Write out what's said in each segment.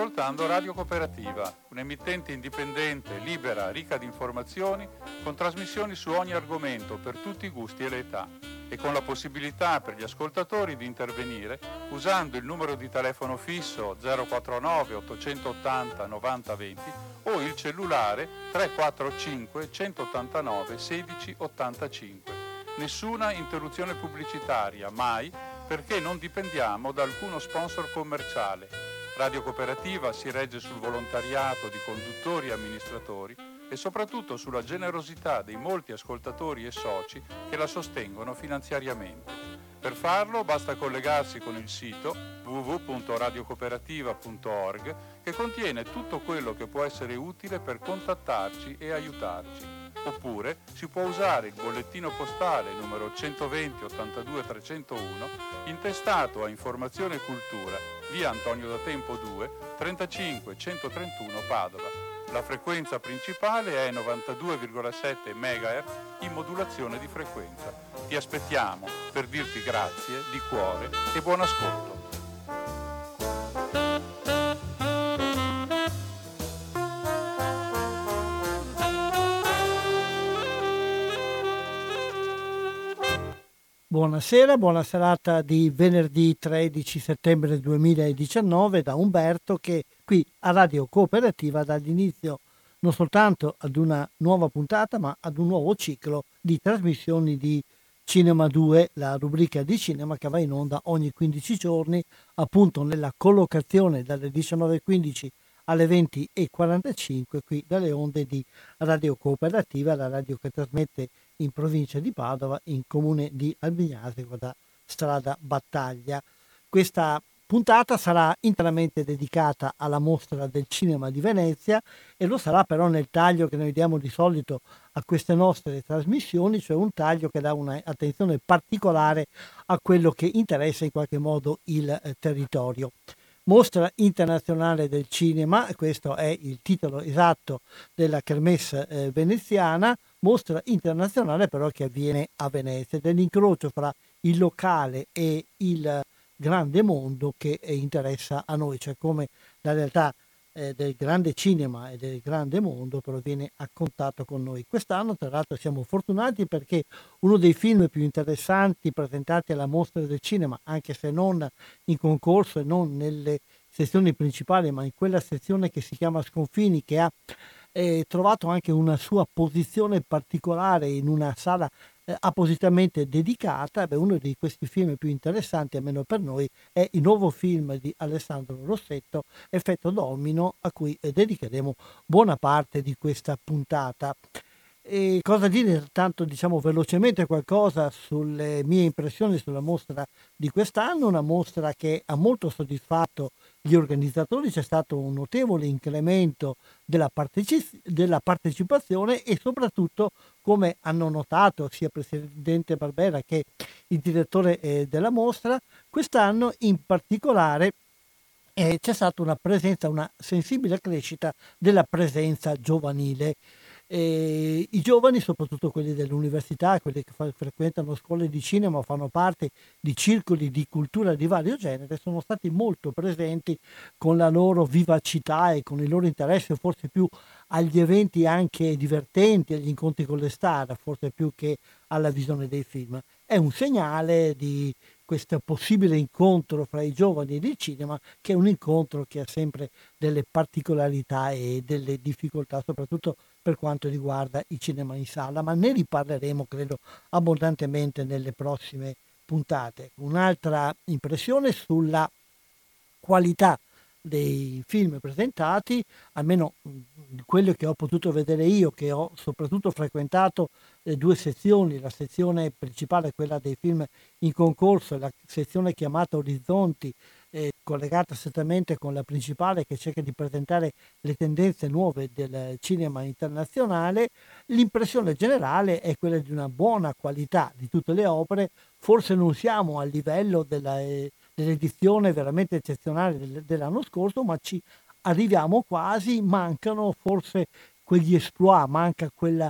ascoltando Radio Cooperativa, un'emittente indipendente, libera, ricca di informazioni, con trasmissioni su ogni argomento per tutti i gusti e le età, e con la possibilità per gli ascoltatori di intervenire usando il numero di telefono fisso 049 880 90 20 o il cellulare 345 189 16 85. Nessuna interruzione pubblicitaria, mai, perché non dipendiamo da alcuno sponsor commerciale. Radio Cooperativa si regge sul volontariato di conduttori e amministratori e soprattutto sulla generosità dei molti ascoltatori e soci che la sostengono finanziariamente. Per farlo basta collegarsi con il sito www.radiocooperativa.org, che contiene tutto quello che può essere utile per contattarci e aiutarci. Oppure si può usare il bollettino postale numero 120 82 301, intestato a Informazione e Cultura, via Antonio da Tempo 2, 35 131 Padova. La frequenza principale è 92,7 MHz in modulazione di frequenza. Ti aspettiamo per dirti grazie di cuore e buon ascolto. Buonasera, buona serata di venerdì 13 settembre 2019 da Umberto, che qui a Radio Cooperativa dà l'inizio non soltanto ad una nuova puntata ma ad un nuovo ciclo di trasmissioni di Cinema 2, la rubrica di cinema che va in onda ogni 15 giorni, appunto nella collocazione dalle 19.15 alle 20.45 qui dalle onde di Radio Cooperativa, la radio che trasmette in provincia di Padova, in comune di Albignasego, da strada Battaglia. Questa puntata sarà interamente dedicata alla Mostra del Cinema di Venezia e lo sarà però nel taglio che noi diamo di solito a queste nostre trasmissioni, cioè un taglio che dà un'attenzione particolare a quello che interessa in qualche modo il territorio. Mostra internazionale del cinema, questo è il titolo esatto della kermesse veneziana, mostra internazionale però che avviene a Venezia, dell'incrocio fra il locale e il grande mondo che interessa a noi, cioè come la realtà del grande cinema e del grande mondo però viene a contatto con noi. Quest'anno tra l'altro siamo fortunati perché uno dei film più interessanti presentati alla Mostra del Cinema, anche se non in concorso e non nelle sezioni principali ma in quella sezione che si chiama Sconfini, che ha trovato anche una sua posizione particolare in una sala appositamente dedicata, uno di questi film più interessanti, almeno per noi, è il nuovo film di Alessandro Rossetto, Effetto Domino, a cui dedicheremo buona parte di questa puntata. E cosa dire, tanto diciamo velocemente qualcosa sulle mie impressioni sulla mostra di quest'anno, una mostra che ha molto soddisfatto gli organizzatori, c'è stato un notevole incremento della partecipazione e soprattutto, come hanno notato sia il presidente Barbera che il direttore della mostra, quest'anno in particolare c'è stata una sensibile crescita della presenza giovanile. I giovani, soprattutto quelli dell'università, quelli che frequentano scuole di cinema o fanno parte di circoli di cultura di vario genere, sono stati molto presenti con la loro vivacità e con il loro interesse forse più agli eventi anche divertenti, agli incontri con le star, forse più che alla visione dei film. È un segnale di questo possibile incontro fra i giovani ed il cinema, che è un incontro che ha sempre delle particolarità e delle difficoltà, soprattutto per quanto riguarda il cinema in sala, ma ne riparleremo credo abbondantemente nelle prossime puntate. Un'altra impressione sulla qualità dei film presentati, almeno quello che ho potuto vedere io, che ho soprattutto frequentato due sezioni, la sezione principale, quella dei film in concorso, e la sezione chiamata Orizzonti, collegata strettamente con la principale che cerca di presentare le tendenze nuove del cinema internazionale. L'impressione generale è quella di una buona qualità di tutte le opere, forse non siamo al livello dell'edizione veramente eccezionale dell'anno scorso, ma ci arriviamo quasi, mancano forse quegli exploit, manca quel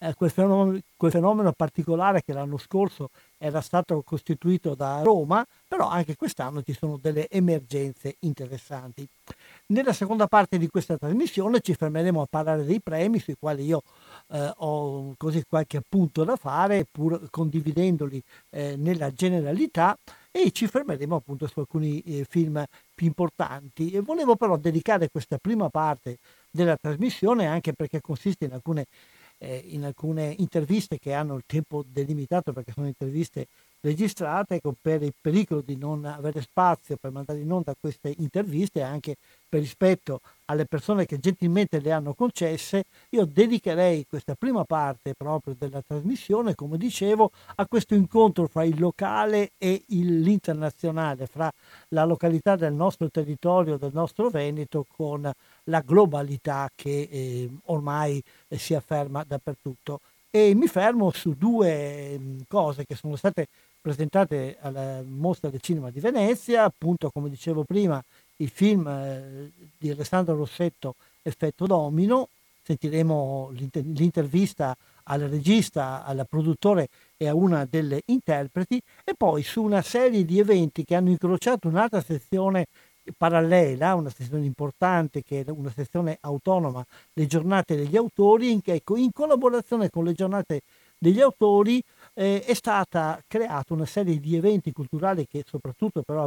fenomeno particolare che l'anno scorso era stato costituito da Roma, però anche quest'anno ci sono delle emergenze interessanti. Nella seconda parte di questa trasmissione ci fermeremo a parlare dei premi, sui quali io ho così qualche appunto da fare, pur condividendoli nella generalità, e ci fermeremo appunto su alcuni film più importanti. E volevo però dedicare questa prima parte della trasmissione anche perché consiste in alcune interviste che hanno il tempo delimitato, perché sono interviste registrate, per il pericolo di non avere spazio per mandare in onda queste interviste, anche per rispetto alle persone che gentilmente le hanno concesse. Io dedicherei questa prima parte proprio della trasmissione, come dicevo, a questo incontro fra il locale e l'internazionale, fra la località del nostro territorio, del nostro Veneto, con la globalità che ormai si afferma dappertutto. E mi fermo su due cose che sono state presentate alla Mostra del Cinema di Venezia, appunto, come dicevo prima, il film di Alessandro Rossetto, Effetto Domino. Sentiremo l'intervista al regista, al produttore e a una delle interpreti, e poi su una serie di eventi che hanno incrociato un'altra sezione parallela, una sezione importante che è una sezione autonoma, le giornate degli autori, in collaborazione con le giornate degli autori è stata creata una serie di eventi culturali che soprattutto però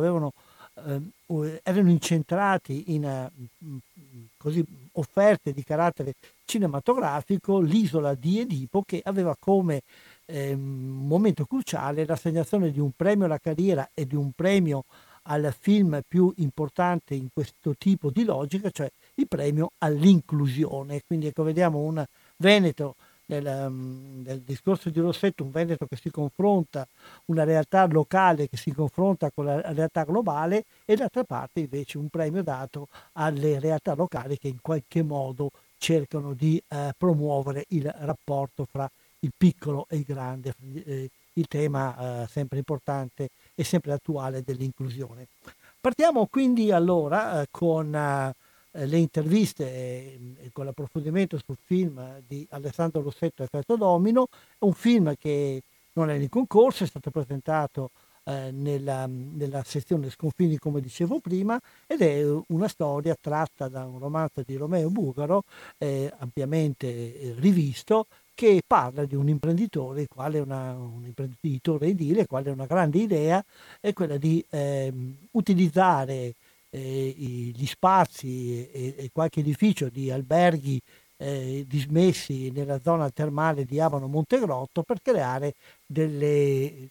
erano incentrati in così offerte di carattere cinematografico. L'isola di Edipo, che aveva come momento cruciale l'assegnazione di un premio alla carriera e di un premio al film più importante in questo tipo di logica, cioè il premio all'inclusione. Quindi ecco, vediamo un Veneto nel discorso di Rossetto, un Veneto che si confronta, una realtà locale che si confronta con la realtà globale, e d'altra parte invece un premio dato alle realtà locali che in qualche modo cercano di promuovere il rapporto fra il piccolo e il grande, il tema sempre importante e sempre attuale dell'inclusione. Partiamo quindi allora con le interviste e con l'approfondimento sul film di Alessandro Rossetto, Effetto Domino. È un film che non è in concorso, è stato presentato nella sezione Sconfini, come dicevo prima, ed è una storia tratta da un romanzo di Romeo Bugaro, ampiamente rivisto, che parla di un imprenditore, il quale un imprenditore edile, il quale ha una grande idea, è quella di utilizzare gli spazi e qualche edificio di alberghi dismessi nella zona termale di Abano Montegrotto per creare delle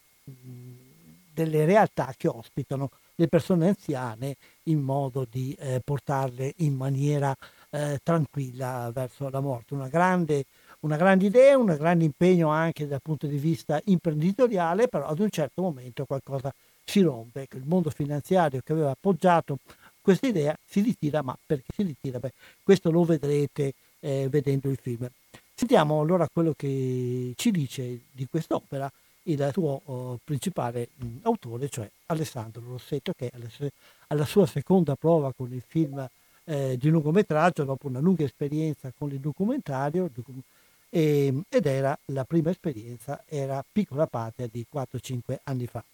realtà che ospitano le persone anziane, in modo di portarle in maniera tranquilla verso la morte. Una grande idea, un grande impegno anche dal punto di vista imprenditoriale, però ad un certo momento qualcosa si rompe. Il mondo finanziario che aveva appoggiato questa idea si ritira, ma perché si ritira? Beh, questo lo vedrete vedendo il film. Sentiamo allora quello che ci dice di quest'opera il suo principale autore, cioè Alessandro Rossetto, che è alla sua seconda prova con il film di lungometraggio, dopo una lunga esperienza con il documentario, ed era la prima esperienza, era Piccola Patria di 4-5 anni fa.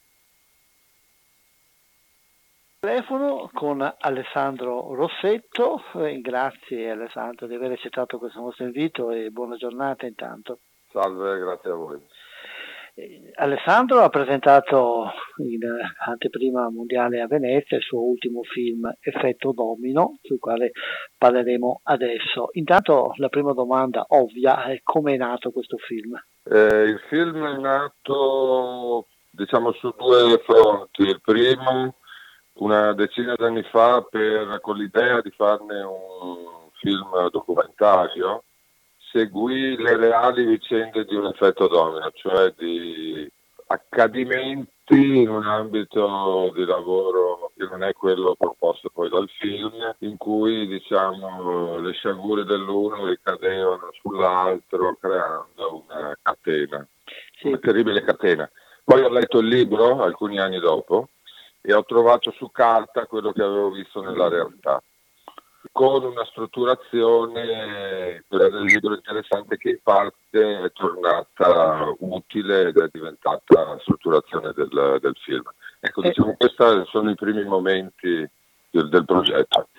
Telefono con Alessandro Rossetto. Grazie Alessandro di aver accettato questo nostro invito e buona giornata intanto. Salve, grazie a voi. Alessandro ha presentato in anteprima mondiale a Venezia il suo ultimo film Effetto Domino, sul quale parleremo adesso. Intanto la prima domanda ovvia è: come è nato questo film? Il film è nato, diciamo, su due fronti. Il primo, una decina d'anni fa, con l'idea di farne un film documentario. Seguì le reali vicende di un effetto domino, cioè di accadimenti in un ambito di lavoro che non è quello proposto poi dal film, in cui, diciamo, le sciagure dell'uno ricadevano sull'altro creando una catena, una terribile catena. Poi ho letto il libro alcuni anni dopo e ho trovato su carta quello che avevo visto nella realtà, con una strutturazione, quella del libro, interessante, che in parte è tornata utile ed è diventata strutturazione del film. Ecco, diciamo, questi sono i primi momenti del progetto.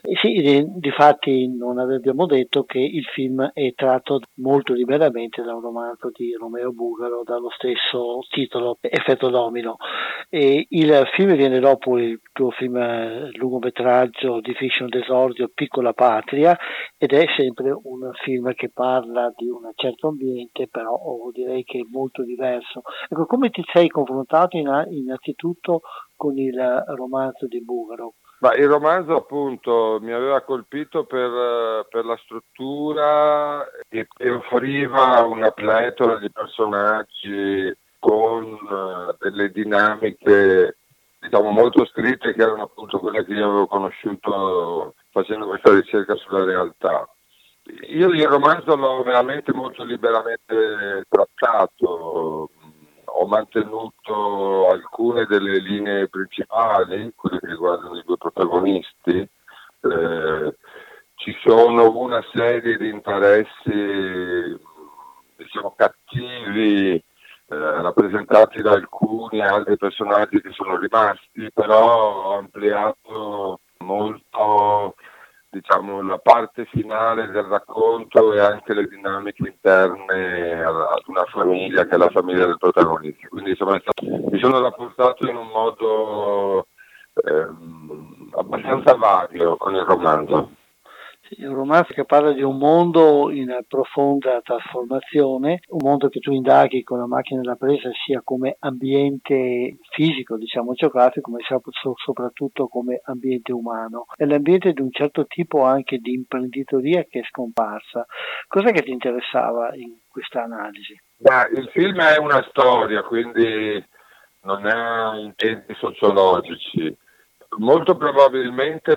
Sì, difatti non abbiamo detto che il film è tratto molto liberamente da un romanzo di Romeo Bugaro dallo stesso titolo, Effetto Domino. E il film viene dopo il tuo film lungometraggio di fiction d'esordio Piccola Patria, ed è sempre un film che parla di un certo ambiente, però direi che è molto diverso. Ecco, come ti sei confrontato innanzitutto con il romanzo di Bugaro? Ma il romanzo appunto mi aveva colpito per la struttura e offriva una pletora di personaggi con delle dinamiche diciamo molto scritte che erano appunto quelle che io avevo conosciuto facendo questa ricerca sulla realtà. Io il romanzo l'ho veramente molto liberamente trattato, ho mantenuto alcune delle linee principali, quelle che riguardano i due protagonisti. Ci sono una serie di interessi, diciamo, cattivi, rappresentati da alcuni altri personaggi che sono rimasti, però ho ampliato molto, diciamo, la parte finale del racconto e anche le dinamiche interne ad una famiglia che è la famiglia del protagonista. Quindi insomma, mi sono rapportato in un modo abbastanza vario con il romanzo. È un romanzo che parla di un mondo in profonda trasformazione, un mondo che tu indaghi con la macchina della presa sia come ambiente fisico, diciamo geografico, ma sia soprattutto come ambiente umano. È l'ambiente di un certo tipo anche di imprenditoria che è scomparsa. Cos'è che ti interessava in questa analisi? Il film è una storia, quindi non ha intenti sociologici. Molto probabilmente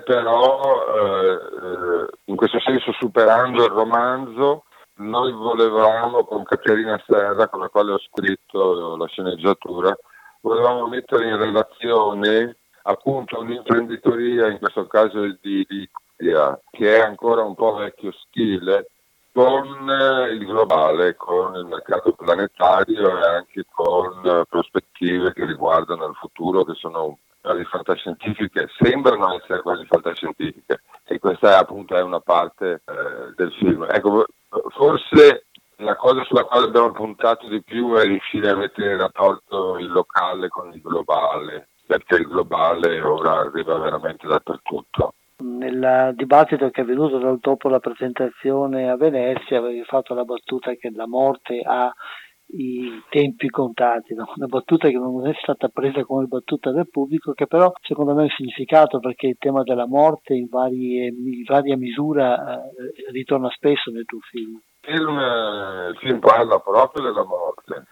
però, in questo senso superando il romanzo, noi volevamo con Caterina Serra, con la quale ho scritto la sceneggiatura, volevamo mettere in relazione appunto un'imprenditoria, in questo caso di Italia, che è ancora un po' vecchio stile, con il globale, con il mercato planetario e anche con prospettive che riguardano il futuro, che sono quasi fantascientifiche, sembrano essere quasi fantascientifiche, e questa è una parte del film. Ecco, forse la cosa sulla quale abbiamo puntato di più è riuscire a mettere in rapporto il locale con il globale, perché il globale ora arriva veramente dappertutto. Nel dibattito che è avvenuto dopo la presentazione a Venezia avevi fatto la battuta che la morte ha i tempi contati, no? Una battuta che non è stata presa come battuta del pubblico, che però secondo me ha un significato, perché il tema della morte in varia misura ritorna spesso nel tuo film. Il film parla proprio della morte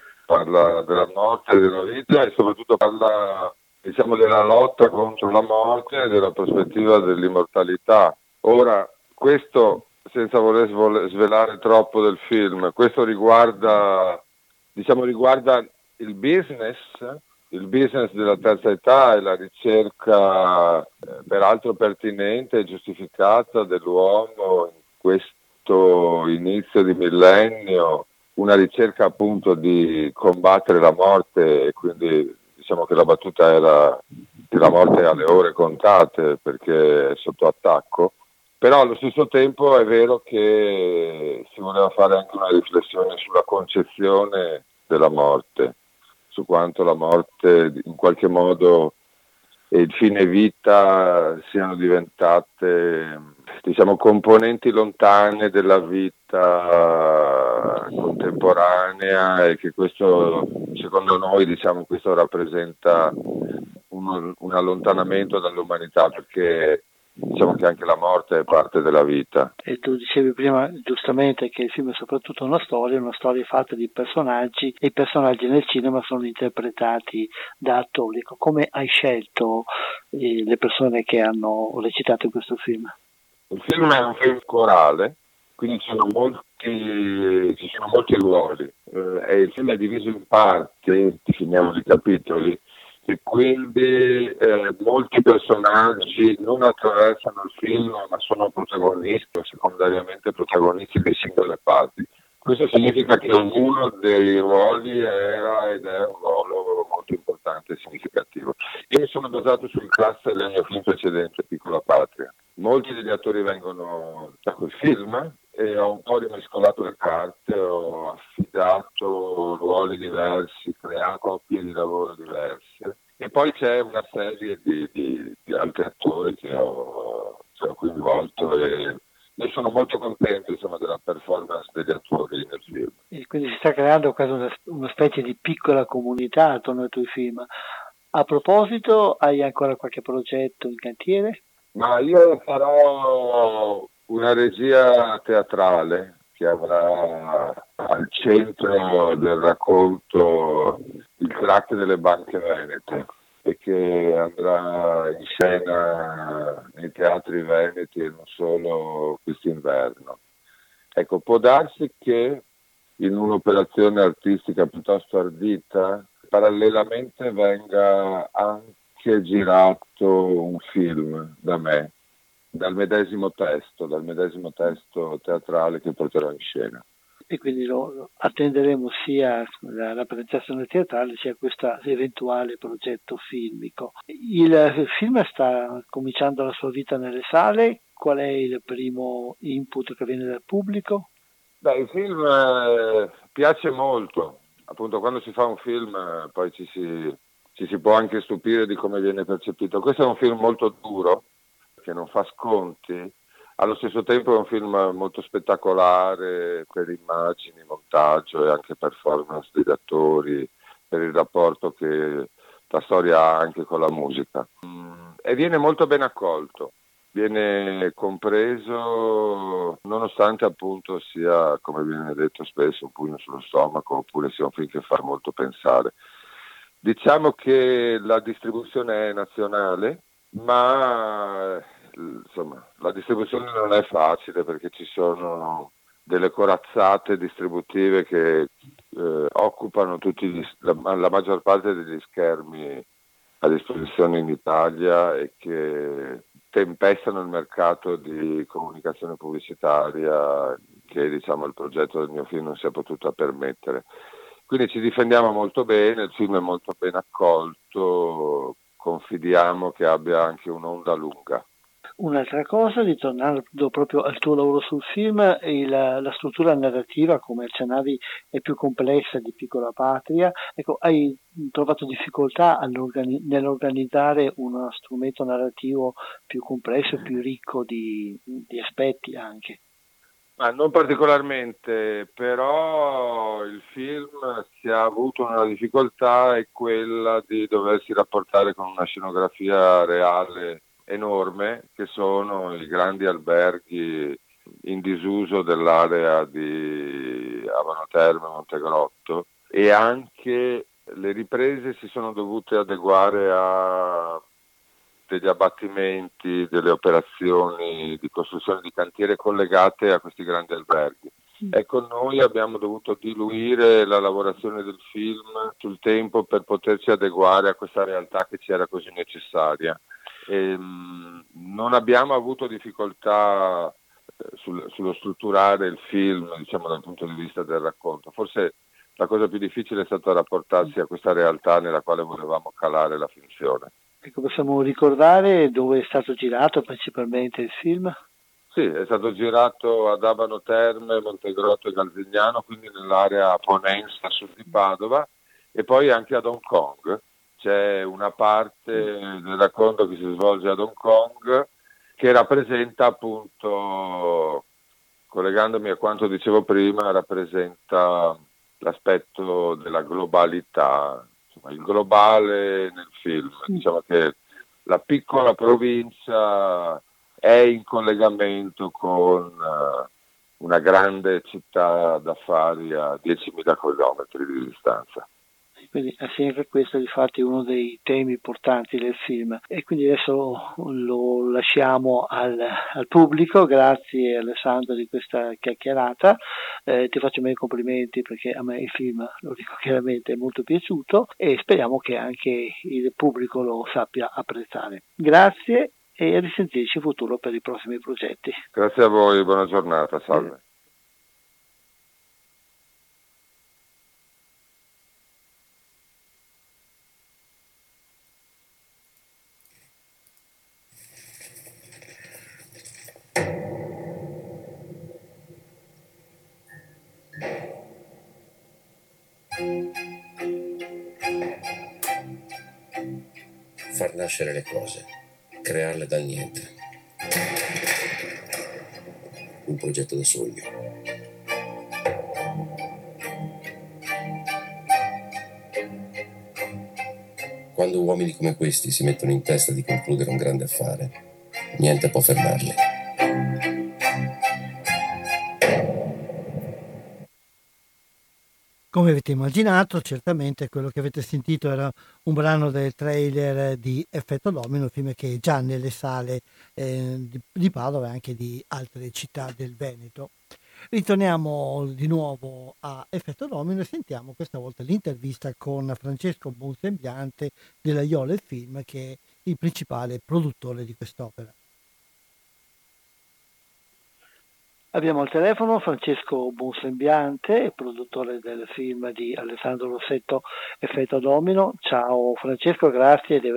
e della vita, e soprattutto parla, diciamo, della lotta contro la morte e della prospettiva dell'immortalità. Ora, questo, senza voler svelare troppo del film, questo riguarda il business della terza età e la ricerca, peraltro pertinente e giustificata, dell'uomo in questo inizio di millennio, una ricerca appunto di combattere la morte, e quindi diciamo che la battuta era che la morte ha le ore contate perché è sotto attacco. Però allo stesso tempo è vero che si voleva fare anche una riflessione sulla concezione della morte, su quanto la morte in qualche modo e il fine vita siano diventate, diciamo, componenti lontane della vita contemporanea, e che questo, secondo noi, diciamo, questo rappresenta un allontanamento dall'umanità, perché diciamo che anche la morte è parte della vita. E tu dicevi prima giustamente che il film è soprattutto una storia fatta di personaggi, e i personaggi nel cinema sono interpretati da attori. Come hai scelto le persone che hanno recitato in questo film? Il film è un film corale, quindi ci sono molti ruoli, e il film è diviso in parti, definiamo i capitoli, e quindi molti personaggi non attraversano il film, ma sono protagonisti o secondariamente protagonisti di singole parti. Questo significa che ognuno dei ruoli era ed è un ruolo molto importante e significativo. Io mi sono basato sul cast del mio film precedente, Piccola Patria. molti degli attori vengono da quel film e ho un po' rimescolato le carte, ho affidato ruoli diversi, creato coppie di lavoro diverse e poi c'è una serie di altri attori che ho coinvolto e sono molto contento insomma, della performance degli attori nel film. E quindi si sta creando quasi una specie di piccola comunità attorno ai tuoi film. A proposito, hai ancora qualche progetto in cantiere? Ma io farò una regia teatrale che avrà al centro del racconto il crack delle banche venete e che andrà in scena nei teatri veneti e non solo quest'inverno. Ecco, può darsi che in un'operazione artistica piuttosto ardita, parallelamente venga anche girato un film da me, dal medesimo testo teatrale che porterò in scena. E quindi lo attenderemo sia la presentazione teatrale sia questo eventuale progetto filmico. Il film sta cominciando la sua vita nelle sale. Qual è il primo input che viene dal pubblico? Beh, il film piace molto. Appunto, quando si fa un film poi ci si può anche stupire di come viene percepito. Questo è un film molto duro, che non fa sconti. Allo stesso tempo è un film molto spettacolare per immagini, montaggio e anche performance degli attori, per il rapporto che la storia ha anche con la musica. E viene molto ben accolto. Viene compreso nonostante appunto sia, come viene detto spesso, un pugno sullo stomaco oppure sia un film che fa molto pensare. Diciamo che la distribuzione è nazionale, ma insomma la distribuzione non è facile perché ci sono delle corazzate distributive che occupano la maggior parte degli schermi a disposizione in Italia e che tempestano il mercato di comunicazione pubblicitaria che diciamo il progetto del mio film non si è potuto permettere. Quindi ci difendiamo molto bene, il film è molto ben accolto, confidiamo che abbia anche un'onda lunga. Un'altra cosa, ritornando proprio al tuo lavoro sul film, la struttura narrativa, come accennavi, è più complessa di Piccola Patria. Ecco, hai trovato difficoltà nell'organizzare uno strumento narrativo più complesso, più ricco di aspetti anche? Ma non particolarmente, però il film si è avuto una difficoltà è quella di doversi rapportare con una scenografia reale enorme che sono i grandi alberghi in disuso dell'area di Abano Terme, Montegrotto e anche le riprese si sono dovute adeguare a degli abbattimenti, delle operazioni di costruzione di cantiere collegate a questi grandi alberghi. Ecco, noi abbiamo dovuto diluire la lavorazione del film sul tempo per poterci adeguare a questa realtà che ci era così necessaria. Non abbiamo avuto difficoltà sullo strutturare il film, diciamo dal punto di vista del racconto. Forse la cosa più difficile è stata rapportarsi a questa realtà nella quale volevamo calare la finzione. Ecco, possiamo ricordare dove è stato girato principalmente il film? Sì, è stato girato ad Abano Terme, Montegrotto e Galzignano, quindi nell'area ponense a sud di Padova, e poi anche ad Hong Kong. C'è una parte del racconto che si svolge ad Hong Kong che rappresenta appunto, collegandomi a quanto dicevo prima, rappresenta l'aspetto della globalità, insomma, il globale nel film. Diciamo che la piccola provincia è in collegamento con una grande città d'affari a 10.000 chilometri di distanza. Quindi assieme a questo difatti uno dei temi importanti del film e quindi adesso lo lasciamo al pubblico. Grazie Alessandro di questa chiacchierata, ti faccio i miei complimenti perché a me il film, lo dico chiaramente, è molto piaciuto e speriamo che anche il pubblico lo sappia apprezzare. Grazie e a risentirci in futuro per i prossimi progetti. Grazie a voi, buona giornata, salve. Far nascere le cose, crearle dal niente. Un progetto da sogno. Quando uomini come questi si mettono in testa di concludere un grande affare, niente può fermarli. Come avete immaginato, certamente quello che avete sentito era un brano del trailer di Effetto Domino, film che è già nelle sale di Padova e anche di altre città del Veneto. Ritorniamo di nuovo a Effetto Domino e sentiamo questa volta l'intervista con Francesco Bonsembiante della Iole Film, che è il principale produttore di quest'opera. Abbiamo al telefono Francesco Bonsembiante, produttore del film di Alessandro Rossetto, Effetto Domino. Ciao Francesco, grazie di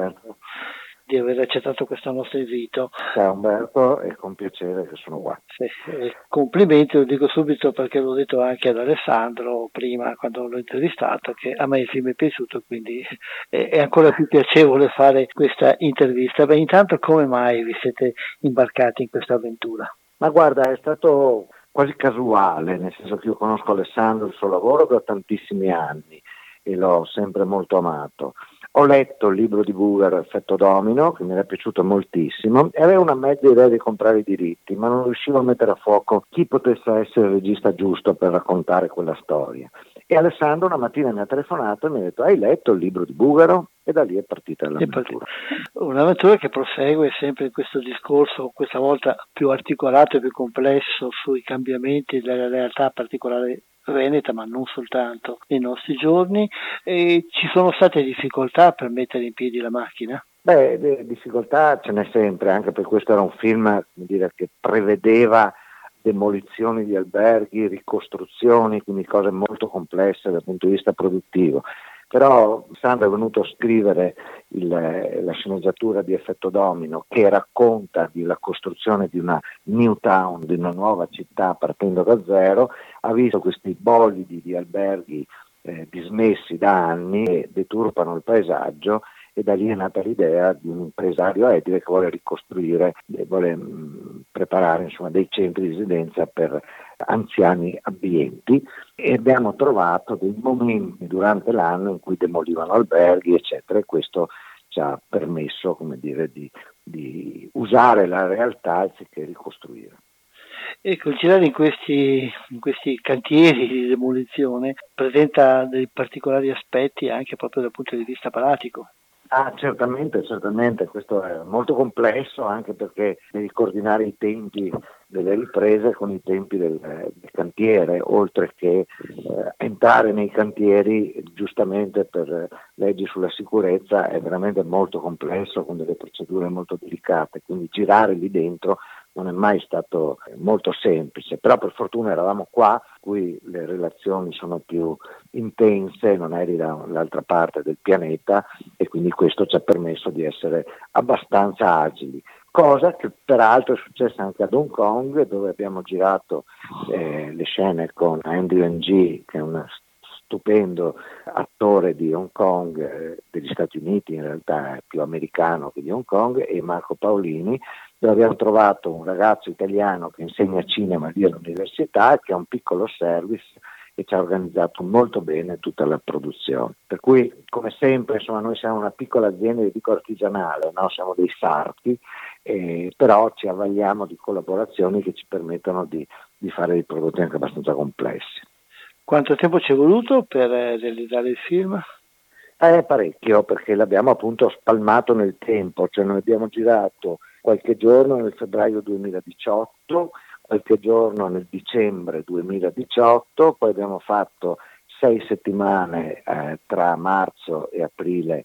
aver accettato questo nostro invito. Ciao Umberto, è con piacere che sono qua. Sì, complimenti, lo dico subito perché l'ho detto anche ad Alessandro prima quando l'ho intervistato, che a me il film è piaciuto, quindi è ancora più piacevole fare questa intervista. Beh, intanto come mai vi siete imbarcati in questa avventura? Ma guarda, è stato quasi casuale, nel senso che io conosco Alessandro, il suo lavoro da tantissimi anni e l'ho sempre molto amato. Ho letto il libro di Buger, Effetto Domino, che mi era piaciuto moltissimo, e avevo una mezza idea di comprare i diritti, ma non riuscivo a mettere a fuoco chi potesse essere il regista giusto per raccontare quella storia. E Alessandro una mattina mi ha telefonato e mi ha detto: hai letto il libro di Bugaro? E da lì è partita l'avventura. Un'avventura che prosegue sempre in questo discorso, questa volta più articolato e più complesso, sui cambiamenti della realtà particolare veneta, ma non soltanto nei nostri giorni. E ci sono state difficoltà per mettere in piedi la macchina? Beh, difficoltà ce n'è sempre, anche per questo era un film, come dire, che prevedeva demolizioni di alberghi, ricostruzioni, quindi cose molto complesse dal punto di vista produttivo. Però Sandro è venuto a scrivere la sceneggiatura di Effetto Domino, che racconta della costruzione di una new town, di una nuova città partendo da zero. Ha visto questi bolidi di alberghi dismessi da anni che deturpano il paesaggio, e da lì è nata l'idea di un impresario edile che vuole ricostruire, vuole preparare insomma dei centri di residenza per anziani abbienti, e abbiamo trovato dei momenti durante l'anno in cui demolivano alberghi eccetera, e questo ci ha permesso, come dire, di usare la realtà anziché ricostruire. Ecco, il girare in questi cantieri di demolizione presenta dei particolari aspetti anche proprio dal punto di vista pratico. Ah, certamente, questo è molto complesso, anche perché devi coordinare i tempi delle riprese con i tempi del cantiere, oltre che entrare nei cantieri giustamente per leggi sulla sicurezza è veramente molto complesso, con delle procedure molto delicate, quindi girare lì dentro non è mai stato molto semplice, però per fortuna eravamo qua, qui le relazioni sono più intense, non eri dall'altra parte del pianeta, e quindi questo ci ha permesso di essere abbastanza agili, cosa che peraltro è successa anche ad Hong Kong, dove abbiamo girato le scene con Andy Ng, che è un stupendo attore di Hong Kong, degli Stati Uniti, in realtà è più americano che di Hong Kong, e Marco Paolini, dove abbiamo trovato un ragazzo italiano che insegna cinema lì all'università e che ha un piccolo service e ci ha organizzato molto bene tutta la produzione. Per cui, come sempre, insomma, noi siamo una piccola azienda di tipo artigianale, no? Siamo dei sarti, però ci avvaliamo di collaborazioni che ci permettono di fare dei prodotti anche abbastanza complessi. Quanto tempo ci è voluto per realizzare il film? Parecchio, perché l'abbiamo appunto spalmato nel tempo, cioè noi abbiamo girato qualche giorno nel febbraio 2018, qualche giorno nel dicembre 2018, poi abbiamo fatto 6 settimane tra marzo e aprile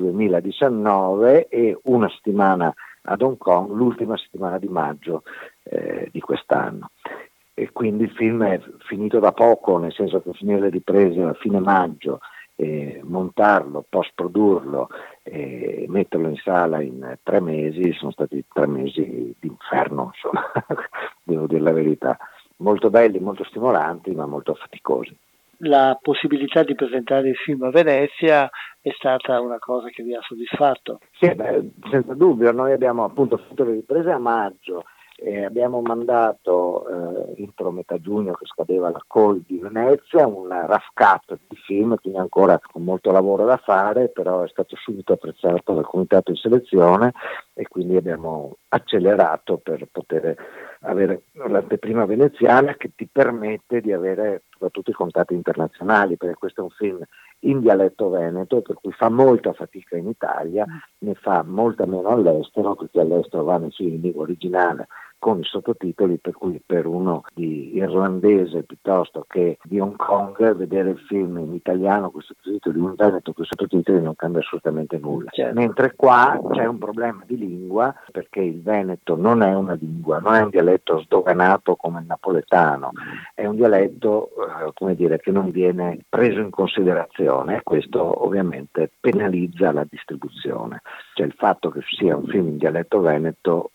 2019 e una settimana ad Hong Kong, l'ultima settimana di maggio di quest'anno. E quindi il film è finito da poco, nel senso che finire le riprese a fine maggio, montarlo, post-produrlo e metterlo in sala in 3 mesi, sono stati 3 mesi di inferno, insomma, devo dire la verità, molto belli, molto stimolanti, ma molto faticosi. la possibilità di presentare il film a Venezia è stata una cosa che vi ha soddisfatto? Sì, senza dubbio, noi abbiamo appunto fatto le riprese a maggio e abbiamo mandato entro metà giugno, che scadeva la call di Venezia, un rough cut di film, quindi ancora con molto lavoro da fare, però è stato subito apprezzato dal comitato di selezione e quindi abbiamo accelerato per poter avere l'anteprima veneziana, che ti permette di avere soprattutto i contatti internazionali, perché questo è un film in dialetto veneto, per cui fa molta fatica in Italia, ne fa molta meno all'estero, perché all'estero vanno in film in lingua originale con i sottotitoli, per cui per uno di irlandese piuttosto che di Hong Kong vedere il film in italiano con i sottotitoli, in veneto con i sottotitoli non cambia assolutamente nulla. Certo. Mentre qua c'è un problema di lingua, perché il veneto non è una lingua, non è un dialetto sdoganato come il napoletano, è un dialetto che non viene preso in considerazione, e questo ovviamente penalizza la distribuzione. Cioè il fatto che sia un film in dialetto veneto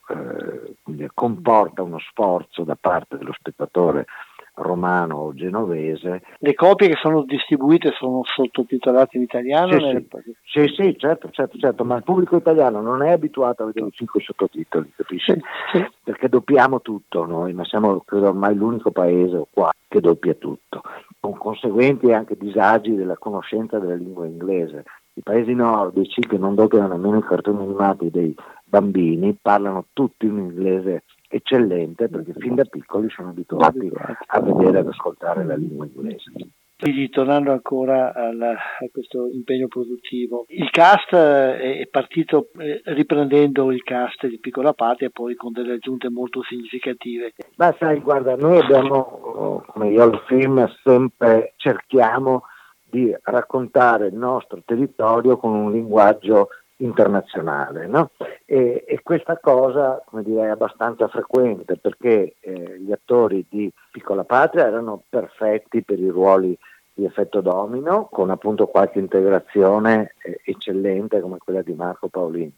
comporta uno sforzo da parte dello spettatore romano o genovese. Le copie che sono distribuite sono sottotitolate in italiano? Sì, certo, ma il pubblico italiano non è abituato a vedere 5 sottotitoli, capisci? Sì. Perché doppiamo tutto noi, ma siamo credo ormai l'unico paese qua che doppia tutto, con conseguenti anche disagi della conoscenza della lingua inglese. I paesi nordici, che non doppiano nemmeno i cartoni animati dei bambini, parlano tutti un inglese eccellente, perché fin da piccoli sono abituati a vedere e ad ascoltare la lingua inglese. Quindi, tornando ancora a questo impegno produttivo, il cast è partito riprendendo il cast di Piccola Patria, poi con delle aggiunte molto significative. Ma sai, guarda, noi abbiamo, come io al film, sempre cerchiamo di raccontare il nostro territorio con un linguaggio internazionale, no? E questa cosa, è abbastanza frequente, perché gli attori di Piccola Patria erano perfetti per i ruoli di effetto domino, con appunto qualche integrazione eccellente come quella di Marco Paolini.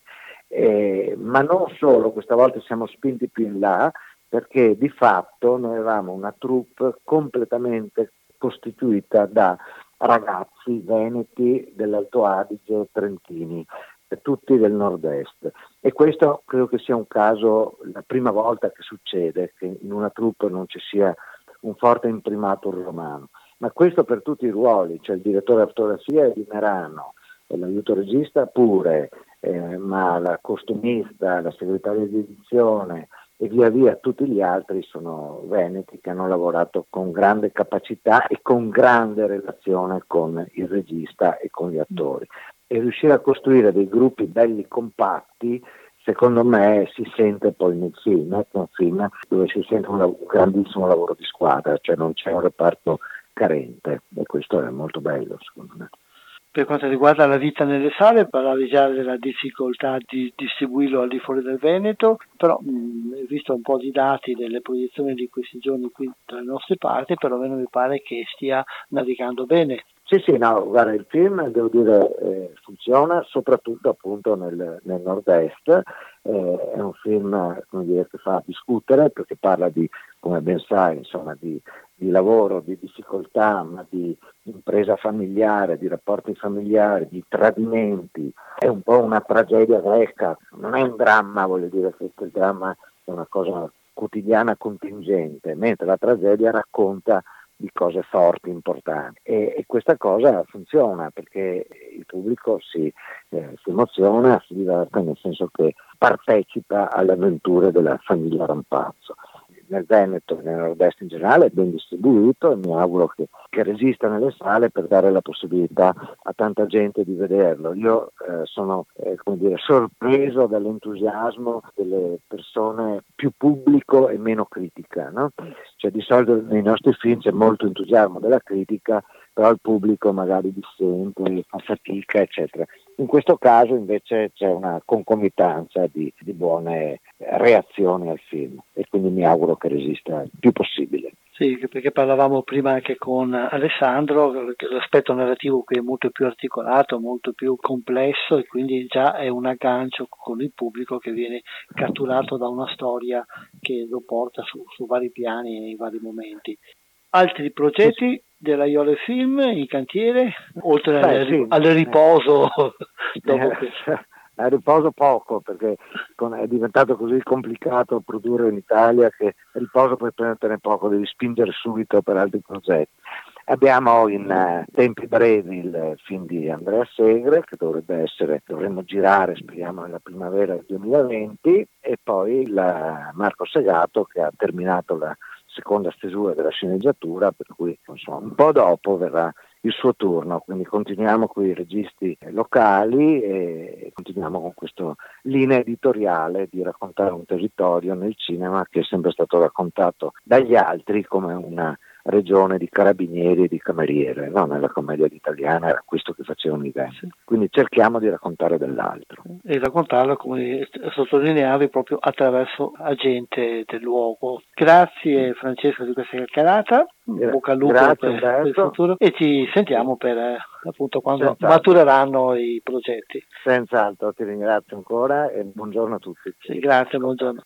Ma non solo, questa volta siamo spinti più in là, perché di fatto noi avevamo una troupe completamente costituita da ragazzi veneti dell'Alto Adige, trentini, tutti del nord-est, e questo credo che sia un caso, la prima volta che succede che in una troupe non ci sia un forte imprimato romano, ma questo per tutti i ruoli, cioè il direttore di fotografia è di Merano, l'aiuto regista pure, ma la costumista, la segretaria di edizione e via via tutti gli altri sono veneti, che hanno lavorato con grande capacità e con grande relazione con il regista e con gli attori. E riuscire a costruire dei gruppi belli compatti, secondo me si sente poi nel film, è un film dove si sente un grandissimo lavoro di squadra, cioè non c'è un reparto carente, e questo è molto bello secondo me. Per quanto riguarda la vita nelle sale, parlavi già della difficoltà di distribuirlo al di fuori del Veneto, però visto un po' di dati delle proiezioni di questi giorni qui dalle nostre parti, perlomeno mi pare che stia navigando bene. Sì, no, guarda, il film, devo dire, funziona soprattutto appunto nel nord-est, è un film che fa discutere, perché parla di, come ben sai, insomma, di lavoro, di difficoltà, ma di impresa familiare, di rapporti familiari, di tradimenti. È un po' una tragedia greca, non è un dramma, voglio dire che il dramma è una cosa quotidiana contingente, mentre la tragedia racconta di cose forti, importanti, e questa cosa funziona perché il pubblico si emoziona, si diverte, nel senso che partecipa alle avventure della famiglia Rampazzo. Nel Veneto e nel nord-est in generale è ben distribuito, e mi auguro che resista nelle sale per dare la possibilità a tanta gente di vederlo. Io sono sorpreso dall'entusiasmo delle persone, più pubblico e meno critica, no? Cioè, di solito nei nostri film c'è molto entusiasmo della critica, però il pubblico magari dissente, fa fatica, eccetera. In questo caso invece c'è una concomitanza di buone reazioni al film, e quindi mi auguro che resista il più possibile. Sì, perché parlavamo prima anche con Alessandro, l'aspetto narrativo qui è molto più articolato, molto più complesso, e quindi già è un aggancio con il pubblico che viene catturato da una storia che lo porta su vari piani e in vari momenti. Altri progetti dell'Aiole Film in cantiere, oltre sì. al riposo dopo a riposo poco, perché è diventato così complicato produrre in Italia che riposo puoi prenderne poco, devi spingere subito per altri progetti. Abbiamo in tempi brevi il film di Andrea Segre che dovremmo girare, speriamo, nella primavera del 2020, e poi il Marco Segato che ha terminato la seconda stesura della sceneggiatura, per cui insomma, un po' dopo verrà il suo turno, quindi continuiamo con i registi locali e continuiamo con questa linea editoriale di raccontare un territorio nel cinema che è sempre stato raccontato dagli altri come una regione di carabinieri e di cameriere, no? Nella commedia italiana era questo che facevano i vecchi, quindi cerchiamo di raccontare dell'altro. E raccontarlo, come sottolineavi, proprio attraverso agente del luogo. Grazie Francesco di questa chiacchierata, bocca al lupo per il futuro, e ci sentiamo per appunto quando matureranno i progetti. Senz'altro, ti ringrazio ancora e buongiorno a tutti. Sì, grazie, buongiorno.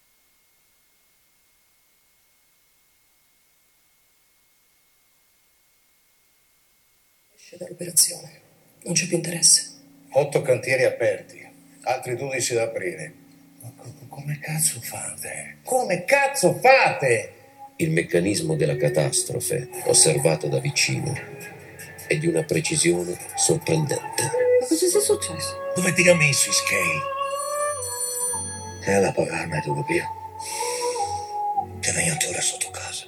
Dall'operazione non c'è più interesse. 8 cantieri aperti, altri 12 da aprire. Ma come cazzo fate? Come cazzo fate? Il meccanismo della catastrofe, osservato da vicino, è di una precisione sorprendente. Ma cosa sia successo? Dove ti ha messo Skate? E alla pagarmi tu via. Te ne ancora sotto casa.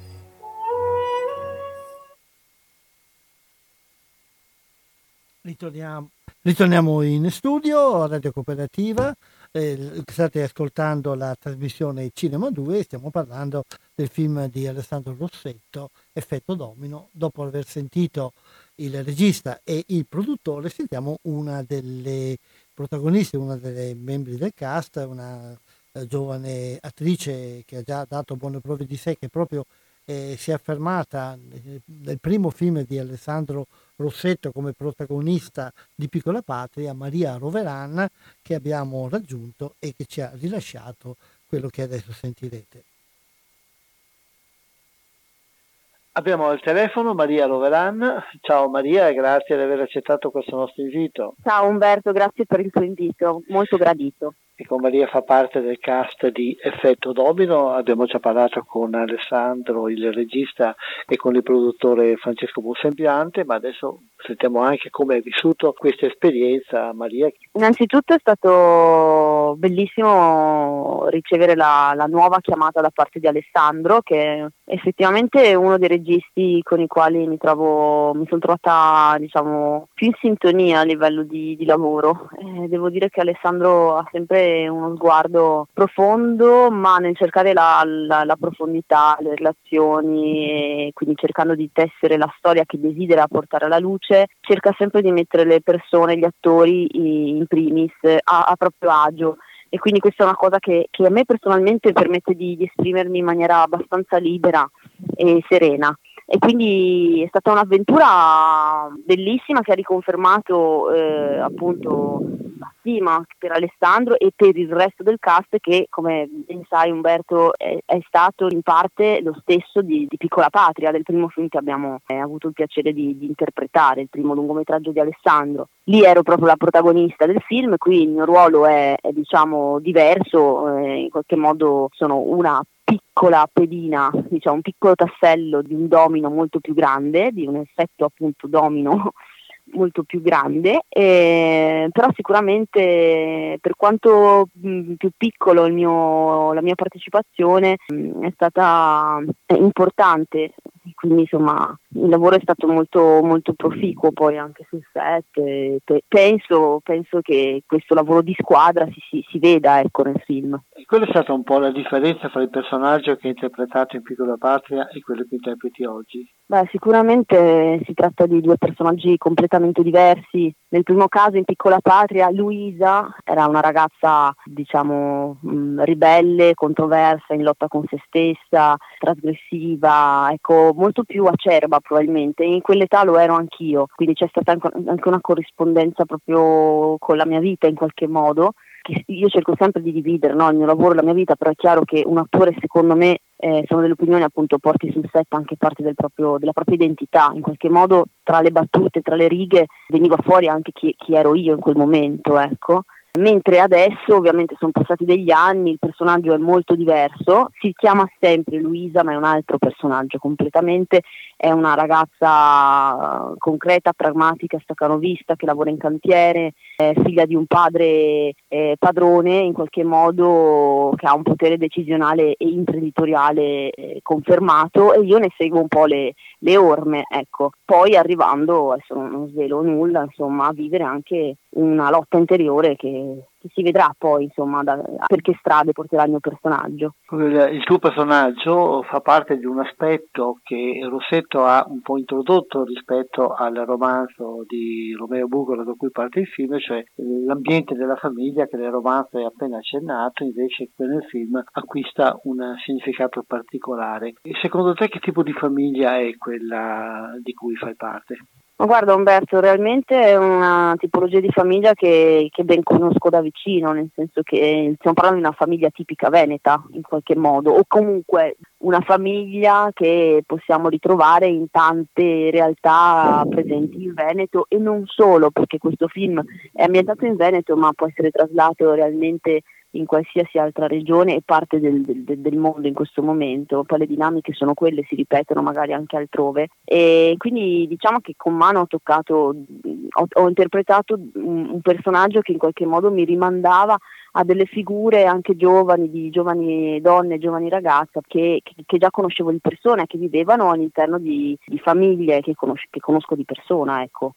Ritorniamo in studio a Radio Cooperativa, state ascoltando la trasmissione Cinema 2 e stiamo parlando del film di Alessandro Rossetto, Effetto Domino. Dopo aver sentito il regista e il produttore, sentiamo una delle protagoniste, una delle membri del cast, una giovane attrice che ha già dato buone prove di sé, che proprio si è affermata nel primo film di Alessandro Rossetto come protagonista di Piccola Patria, Maria Roveran, che abbiamo raggiunto e che ci ha rilasciato quello che adesso sentirete. Abbiamo al telefono Maria Roveran. Ciao Maria, e grazie di aver accettato questo nostro invito. Ciao Umberto, grazie per il tuo invito, molto gradito. E con Maria fa parte del cast di Effetto Domino. Abbiamo già parlato con Alessandro, il regista, e con il produttore Francesco Bonsembiante, ma adesso sentiamo anche come hai vissuto questa esperienza, Maria. Innanzitutto è stato bellissimo ricevere la nuova chiamata da parte di Alessandro, che effettivamente è uno dei registi con i quali mi sono trovata, diciamo, più in sintonia a livello di lavoro. Devo dire che Alessandro ha sempre uno sguardo profondo, ma nel cercare la profondità, le relazioni, e quindi cercando di tessere la storia che desidera portare alla luce, cerca sempre di mettere le persone, gli attori in primis a proprio agio. E quindi questa è una cosa che a me personalmente permette di esprimermi in maniera abbastanza libera e serena. E quindi è stata un'avventura bellissima che ha riconfermato appunto la stima per Alessandro e per il resto del cast, che, come ben sai Umberto, è stato in parte lo stesso di Piccola Patria, del primo film che abbiamo avuto il piacere di interpretare, il primo lungometraggio di Alessandro. Lì ero proprio la protagonista del film, qui il mio ruolo è diciamo diverso, in qualche modo sono una piccola pedina, diciamo un piccolo tassello di un domino molto più grande, di un effetto appunto domino molto più grande, però sicuramente per quanto più piccolo la mia partecipazione è stata importante, quindi insomma il lavoro è stato molto, molto proficuo poi anche sul set. Penso che questo lavoro di squadra si veda, ecco, nel film. E quella è stata un po' la differenza fra il personaggio che hai interpretato in Piccola Patria e quello che interpreti oggi? Beh, sicuramente si tratta di due personaggi completamente diversi. Nel primo caso, in Piccola Patria, Luisa era una ragazza, diciamo, ribelle, controversa, in lotta con se stessa, trasgressiva, ecco, molto più acerba probabilmente. In quell'età lo ero anch'io, quindi c'è stata anche una corrispondenza proprio con la mia vita in qualche modo. Io cerco sempre di dividere, no, il mio lavoro e la mia vita, però è chiaro che un attore secondo me sono delle opinioni, appunto, porti sul set anche parte della propria identità, in qualche modo tra le battute, tra le righe veniva fuori anche chi ero io in quel momento, ecco. Mentre adesso ovviamente sono passati degli anni, il personaggio è molto diverso, si chiama sempre Luisa ma è un altro personaggio completamente, è una ragazza concreta, pragmatica, staccanovista che lavora in cantiere, è figlia di un padre padrone in qualche modo che ha un potere decisionale e imprenditoriale confermato, e io ne seguo un po' le orme, ecco. Poi arrivando, adesso non svelo nulla, insomma, a vivere anche una lotta interiore che si vedrà poi, insomma, per che strade porterà il mio personaggio. Il tuo personaggio fa parte di un aspetto che Rossetto ha un po' introdotto rispetto al romanzo di Romeo Bugolo da cui parte il film, cioè l'ambiente della famiglia che nel romanzo è appena accennato, invece nel film acquista un significato particolare. E secondo te che tipo di famiglia è quella di cui fai parte? Ma guarda Umberto, realmente è una tipologia di famiglia che ben conosco da vicino, nel senso che stiamo parlando di una famiglia tipica veneta in qualche modo, o comunque una famiglia che possiamo ritrovare in tante realtà presenti in Veneto, e non solo, perché questo film è ambientato in Veneto ma può essere traslato realmente in qualsiasi altra regione e parte del mondo in questo momento. Poi le dinamiche sono quelle, si ripetono magari anche altrove, e quindi diciamo che con mano ho interpretato un personaggio che in qualche modo mi rimandava a delle figure anche giovani, di giovani donne, giovani ragazze che già conoscevo di persona, che vivevano all'interno di famiglie che conosco di persona, ecco.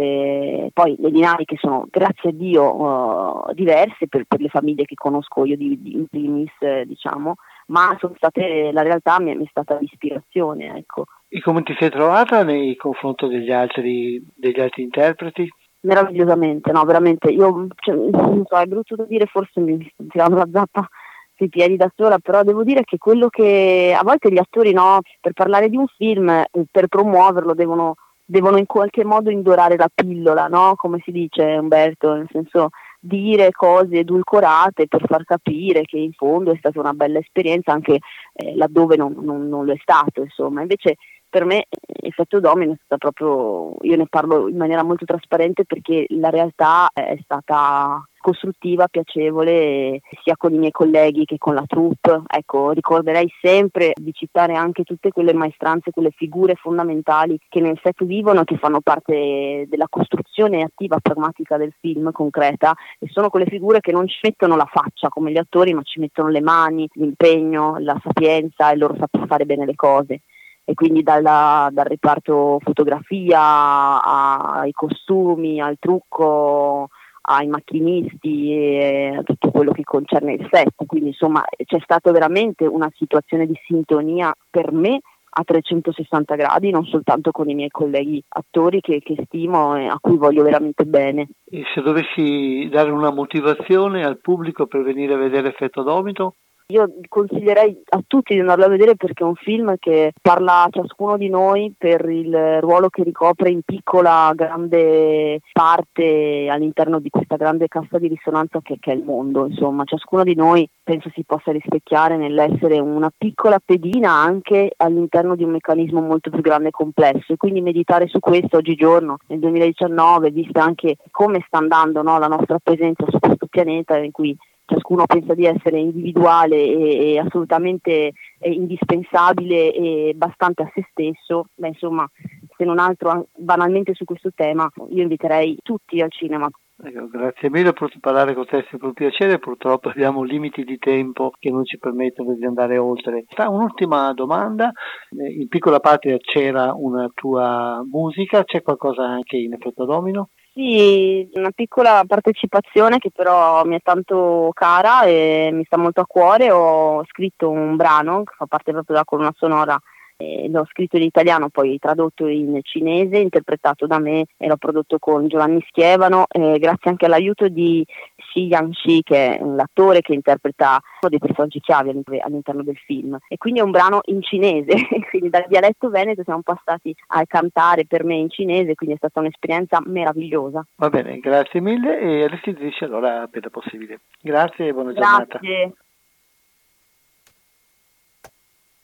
Poi le dinamiche sono, grazie a Dio, diverse per le famiglie che conosco io in primis, diciamo, ma la realtà mi è stata l'ispirazione, ecco. E come ti sei trovata nei confronti degli altri interpreti? Meravigliosamente, no, veramente, io non so, è brutto da dire, forse mi sto tirando la zappa sui piedi da sola, però devo dire che quello che a volte gli attori, no, per parlare di un film, per promuoverlo devono in qualche modo indorare la pillola, no? Come si dice, Umberto, nel senso dire cose edulcorate per far capire che in fondo è stata una bella esperienza anche laddove non lo è stato, insomma. Invece per me Effetto Domino è stata proprio, io ne parlo in maniera molto trasparente perché la realtà è stata costruttiva, piacevole, sia con i miei colleghi che con la troupe. Ecco, ricorderei sempre di citare anche tutte quelle maestranze, quelle figure fondamentali che nel set vivono, che fanno parte della costruzione attiva, pragmatica del film, concreta, e sono quelle figure che non ci mettono la faccia come gli attori, ma ci mettono le mani, l'impegno, la sapienza e il loro saper fare bene le cose. E quindi dal reparto fotografia ai costumi, al trucco, ai macchinisti e a tutto quello che concerne il set. Quindi insomma c'è stata veramente una situazione di sintonia per me a 360 gradi, non soltanto con i miei colleghi attori che stimo e a cui voglio veramente bene. E se dovessi dare una motivazione al pubblico per venire a vedere Effetto Domino? Io consiglierei a tutti di andarlo a vedere perché è un film che parla a ciascuno di noi per il ruolo che ricopre in piccola, grande parte all'interno di questa grande cassa di risonanza che è il mondo. Insomma, ciascuno di noi penso si possa rispecchiare nell'essere una piccola pedina anche all'interno di un meccanismo molto più grande e complesso, e quindi meditare su questo oggigiorno, nel 2019, vista anche come sta andando, no, la nostra presenza su questo pianeta in cui ciascuno pensa di essere individuale e assolutamente indispensabile e bastante a se stesso, insomma, se non altro banalmente su questo tema io inviterei tutti al cinema. Grazie mille per parlare con te, è sempre un piacere, purtroppo abbiamo limiti di tempo che non ci permettono di andare oltre. Un'ultima domanda, in Piccola Patria c'era una tua musica, c'è qualcosa anche in Effetto Domino? Sì, una piccola partecipazione che però mi è tanto cara e mi sta molto a cuore. Ho scritto un brano che fa parte proprio della colonna sonora, l'ho scritto in italiano, poi tradotto in cinese, interpretato da me e l'ho prodotto con Giovanni Schievano, grazie anche all'aiuto di Xi Yang-shi, che è l'attore che interpreta uno dei personaggi chiave all'interno del film, e quindi è un brano in cinese, quindi dal dialetto veneto siamo passati a cantare per me in cinese, quindi è stata un'esperienza meravigliosa. Va bene, grazie mille e restituisci allora appena possibile. Grazie e buona giornata. Grazie.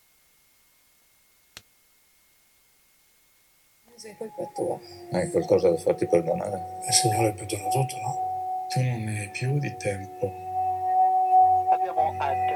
Sei colpa tua. Hai qualcosa da farti perdonare? Il Signore perdona tutto, no? Tu non ne hai più di tempo. Abbiamo anche.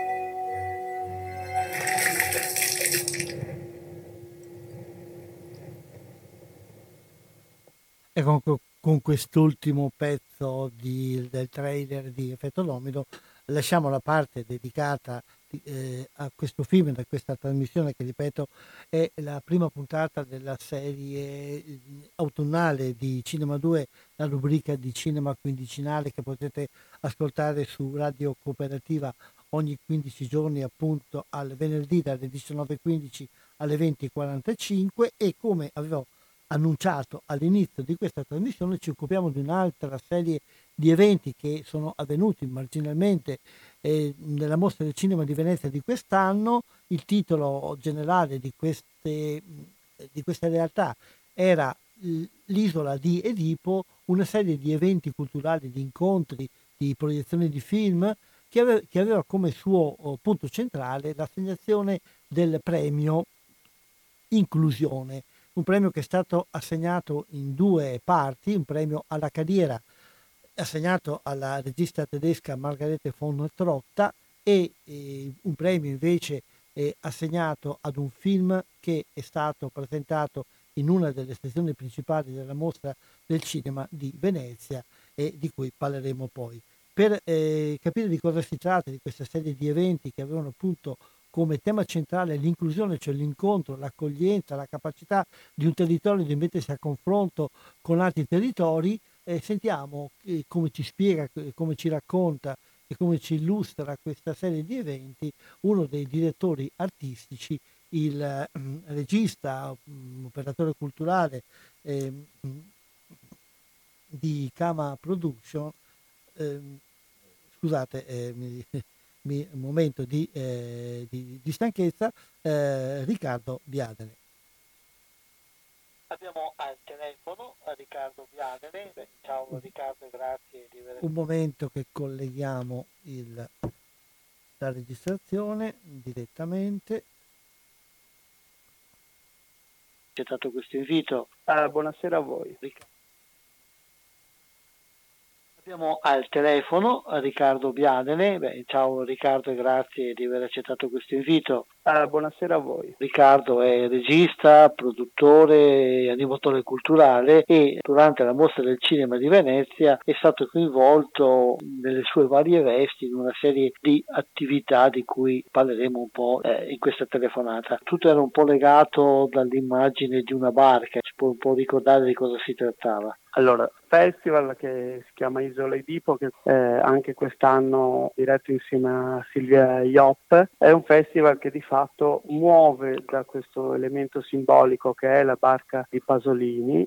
E con quest'ultimo pezzo del trailer di Effetto Lomido lasciamo la parte dedicata a questo film, da questa trasmissione che, ripeto, è la prima puntata della serie autunnale di Cinema 2, la rubrica di cinema quindicinale che potete ascoltare su Radio Cooperativa ogni 15 giorni, appunto al venerdì dalle 19.15 alle 20.45, e come avevo annunciato all'inizio di questa trasmissione ci occupiamo di un'altra serie di eventi che sono avvenuti marginalmente nella Mostra del Cinema di Venezia di quest'anno. Il titolo generale di queste realtà era l'Isola di Edipo, una serie di eventi culturali, di incontri, di proiezioni di film che aveva come suo punto centrale l'assegnazione del premio Inclusione, un premio che è stato assegnato in due parti, un premio alla carriera assegnato alla regista tedesca Margarete von Trotta e un premio invece assegnato ad un film che è stato presentato in una delle sezioni principali della Mostra del Cinema di Venezia e di cui parleremo poi. Per capire di cosa si tratta, di questa serie di eventi che avevano appunto come tema centrale l'inclusione, cioè l'incontro, l'accoglienza, la capacità di un territorio di mettersi a confronto con altri territori, sentiamo come ci spiega, come ci racconta e come ci illustra questa serie di eventi uno dei direttori artistici, il regista, operatore culturale di Kama Production, scusate, un momento di stanchezza, Riccardo Biadene. Abbiamo al telefono Riccardo Biadene. Ciao Riccardo, grazie di aver... Un momento che colleghiamo la registrazione direttamente. C'è stato questo invito. Buonasera a voi. Abbiamo al telefono Riccardo Biadene. Ciao Riccardo, grazie di aver accettato questo invito. Buonasera a voi. Riccardo è regista, produttore, animatore culturale e durante la Mostra del Cinema di Venezia è stato coinvolto nelle sue varie vesti in una serie di attività di cui parleremo un po' in questa telefonata. Tutto era un po' legato dall'immagine di una barca, ci può un po' ricordare di cosa si trattava? Allora, festival che si chiama Isola Edipo, che anche quest'anno diretto insieme a Silvia Iop, è un festival che di fatto muove da questo elemento simbolico che è la barca di Pasolini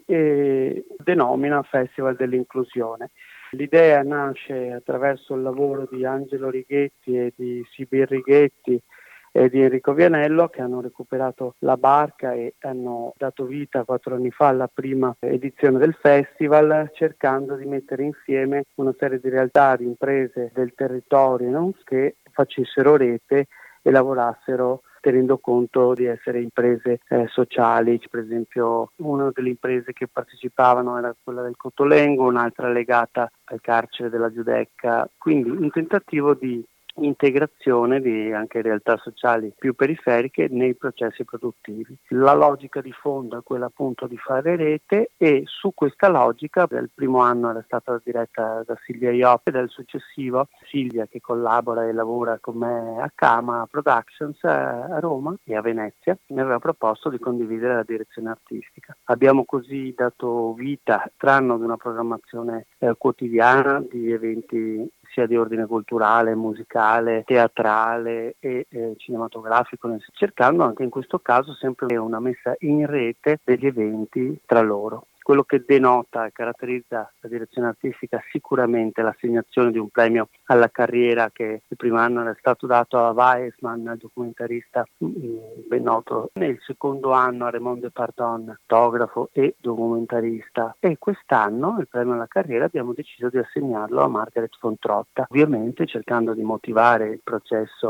e denomina Festival dell'inclusione. L'idea nasce attraverso il lavoro di Angelo Righetti e di Sibir Righetti e di Enrico Vianello, che hanno recuperato la barca e hanno dato vita 4 anni fa alla prima edizione del festival, cercando di mettere insieme una serie di realtà, di imprese del territorio, no? Che facessero rete e lavorassero tenendo conto di essere imprese sociali. Per esempio, una delle imprese che partecipavano era quella del Cotolengo, un'altra legata al carcere della Giudecca, quindi un tentativo di integrazione di anche realtà sociali più periferiche nei processi produttivi. La logica di fondo è quella appunto di fare rete e su questa logica del primo anno era stata diretta da Silvia Iop e del successivo Silvia, che collabora e lavora con me a Kama Productions a Roma e a Venezia, mi aveva proposto di condividere la direzione artistica. Abbiamo così dato vita, tranne ad una programmazione quotidiana di eventi sia di ordine culturale, musicale, teatrale e cinematografico, cercando anche in questo caso sempre una messa in rete degli eventi tra loro. Quello che denota e caratterizza la direzione artistica sicuramente l'assegnazione di un premio alla carriera, che il primo anno era stato dato a Weissman, documentarista ben noto, nel secondo anno a Raymond Depardon, fotografo e documentarista, e quest'anno il premio alla carriera abbiamo deciso di assegnarlo a Margaret von Trotta, ovviamente cercando di motivare il processo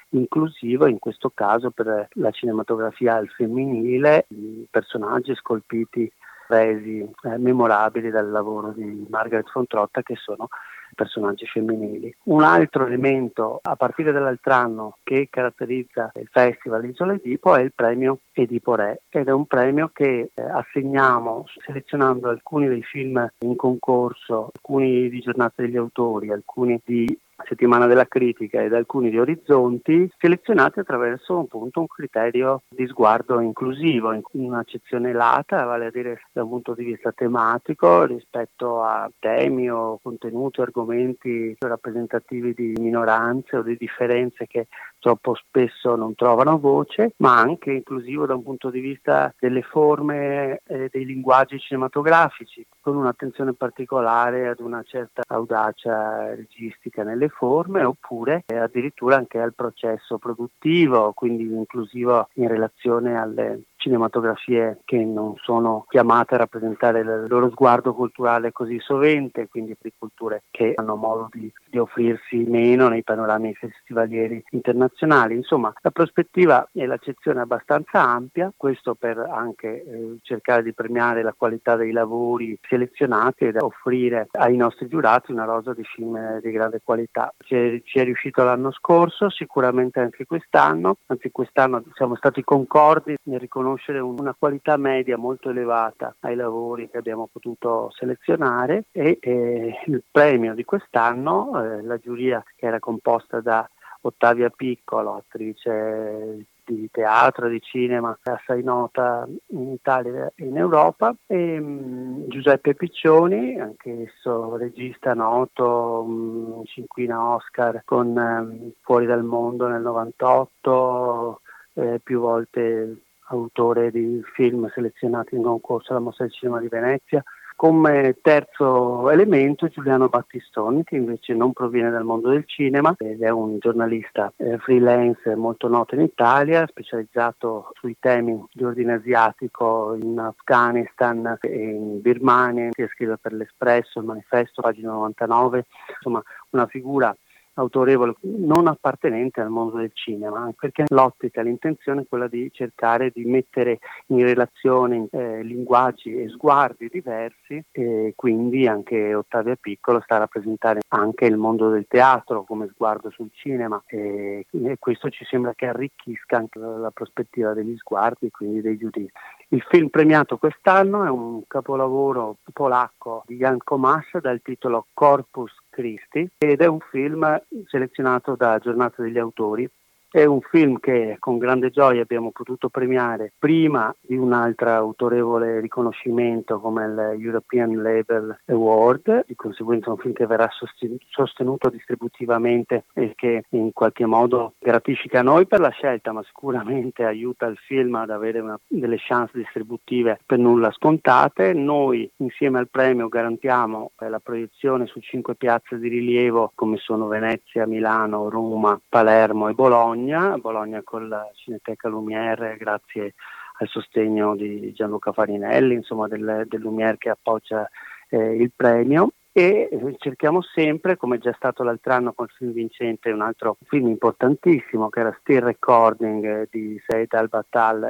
inclusivo, in questo caso per la cinematografia al femminile, personaggi scolpiti resi memorabili dal lavoro di Margaret von Trotta, che sono personaggi femminili. Un altro elemento a partire dall'altro anno che caratterizza il Festival Isola Edipo è il premio Edipo Re, ed è un premio che assegniamo selezionando alcuni dei film in concorso, alcuni di Giornata degli Autori, alcuni di Settimana della Critica ed alcuni di Orizzonti, selezionati attraverso appunto un criterio di sguardo inclusivo, in un'accezione lata, vale a dire da un punto di vista tematico rispetto a temi o contenuti, argomenti rappresentativi di minoranze o di differenze che troppo spesso non trovano voce, ma anche inclusivo da un punto di vista delle forme e dei linguaggi cinematografici, con un'attenzione particolare ad una certa audacia registica nelle forme, oppure addirittura anche al processo produttivo, quindi inclusivo in relazione alle cinematografie che non sono chiamate a rappresentare il loro sguardo culturale così sovente, quindi di culture che hanno modo di offrirsi meno nei panorami festivalieri internazionali. Insomma, la prospettiva e l'accezione è abbastanza ampia, questo per anche cercare di premiare la qualità dei lavori selezionati ed offrire ai nostri giurati una rosa di film di grande qualità. Ci è riuscito l'anno scorso, sicuramente anche quest'anno, anzi quest'anno siamo stati concordi nel riconoscere una qualità media molto elevata ai lavori che abbiamo potuto selezionare, e il premio di quest'anno, la giuria, che era composta da Ottavia Piccolo, attrice di teatro, di cinema assai nota in Italia e in Europa, e Giuseppe Piccioni, anch'esso regista noto, cinquina Oscar con Fuori dal mondo nel 98, più volte autore di film selezionati in concorso alla Mostra del Cinema di Venezia. Come terzo elemento Giuliano Battistoni, che invece non proviene dal mondo del cinema ed è un giornalista freelance molto noto in Italia, specializzato sui temi di ordine asiatico in Afghanistan e in Birmania, che scrive per l'Espresso, il Manifesto, pagina 99, insomma una figura autorevole, non appartenente al mondo del cinema, perché l'ottica, l'intenzione è quella di cercare di mettere in relazione linguaggi e sguardi diversi, e quindi anche Ottavia Piccolo sta a rappresentare anche il mondo del teatro come sguardo sul cinema, e questo ci sembra che arricchisca anche la prospettiva degli sguardi e quindi dei giudizi. Il film premiato quest'anno è un capolavoro polacco di Jan Komasz dal titolo Corpus Christi, ed è un film selezionato da Giornata degli Autori. È un film che con grande gioia abbiamo potuto premiare prima di un altro autorevole riconoscimento come il European Label Award, di conseguenza un film che verrà sostenuto distributivamente e che in qualche modo gratifica noi per la scelta, ma sicuramente aiuta il film ad avere delle chance distributive per nulla scontate. Noi insieme al premio garantiamo la proiezione su 5 piazze di rilievo come sono Venezia, Milano, Roma, Palermo e Bologna con la Cineteca Lumière, grazie al sostegno di Gianluca Farinelli, insomma del Lumière che appoggia il premio. E cerchiamo sempre, come è già stato l'altro anno col film vincente, un altro film importantissimo che era Still Recording di Said Al-Battal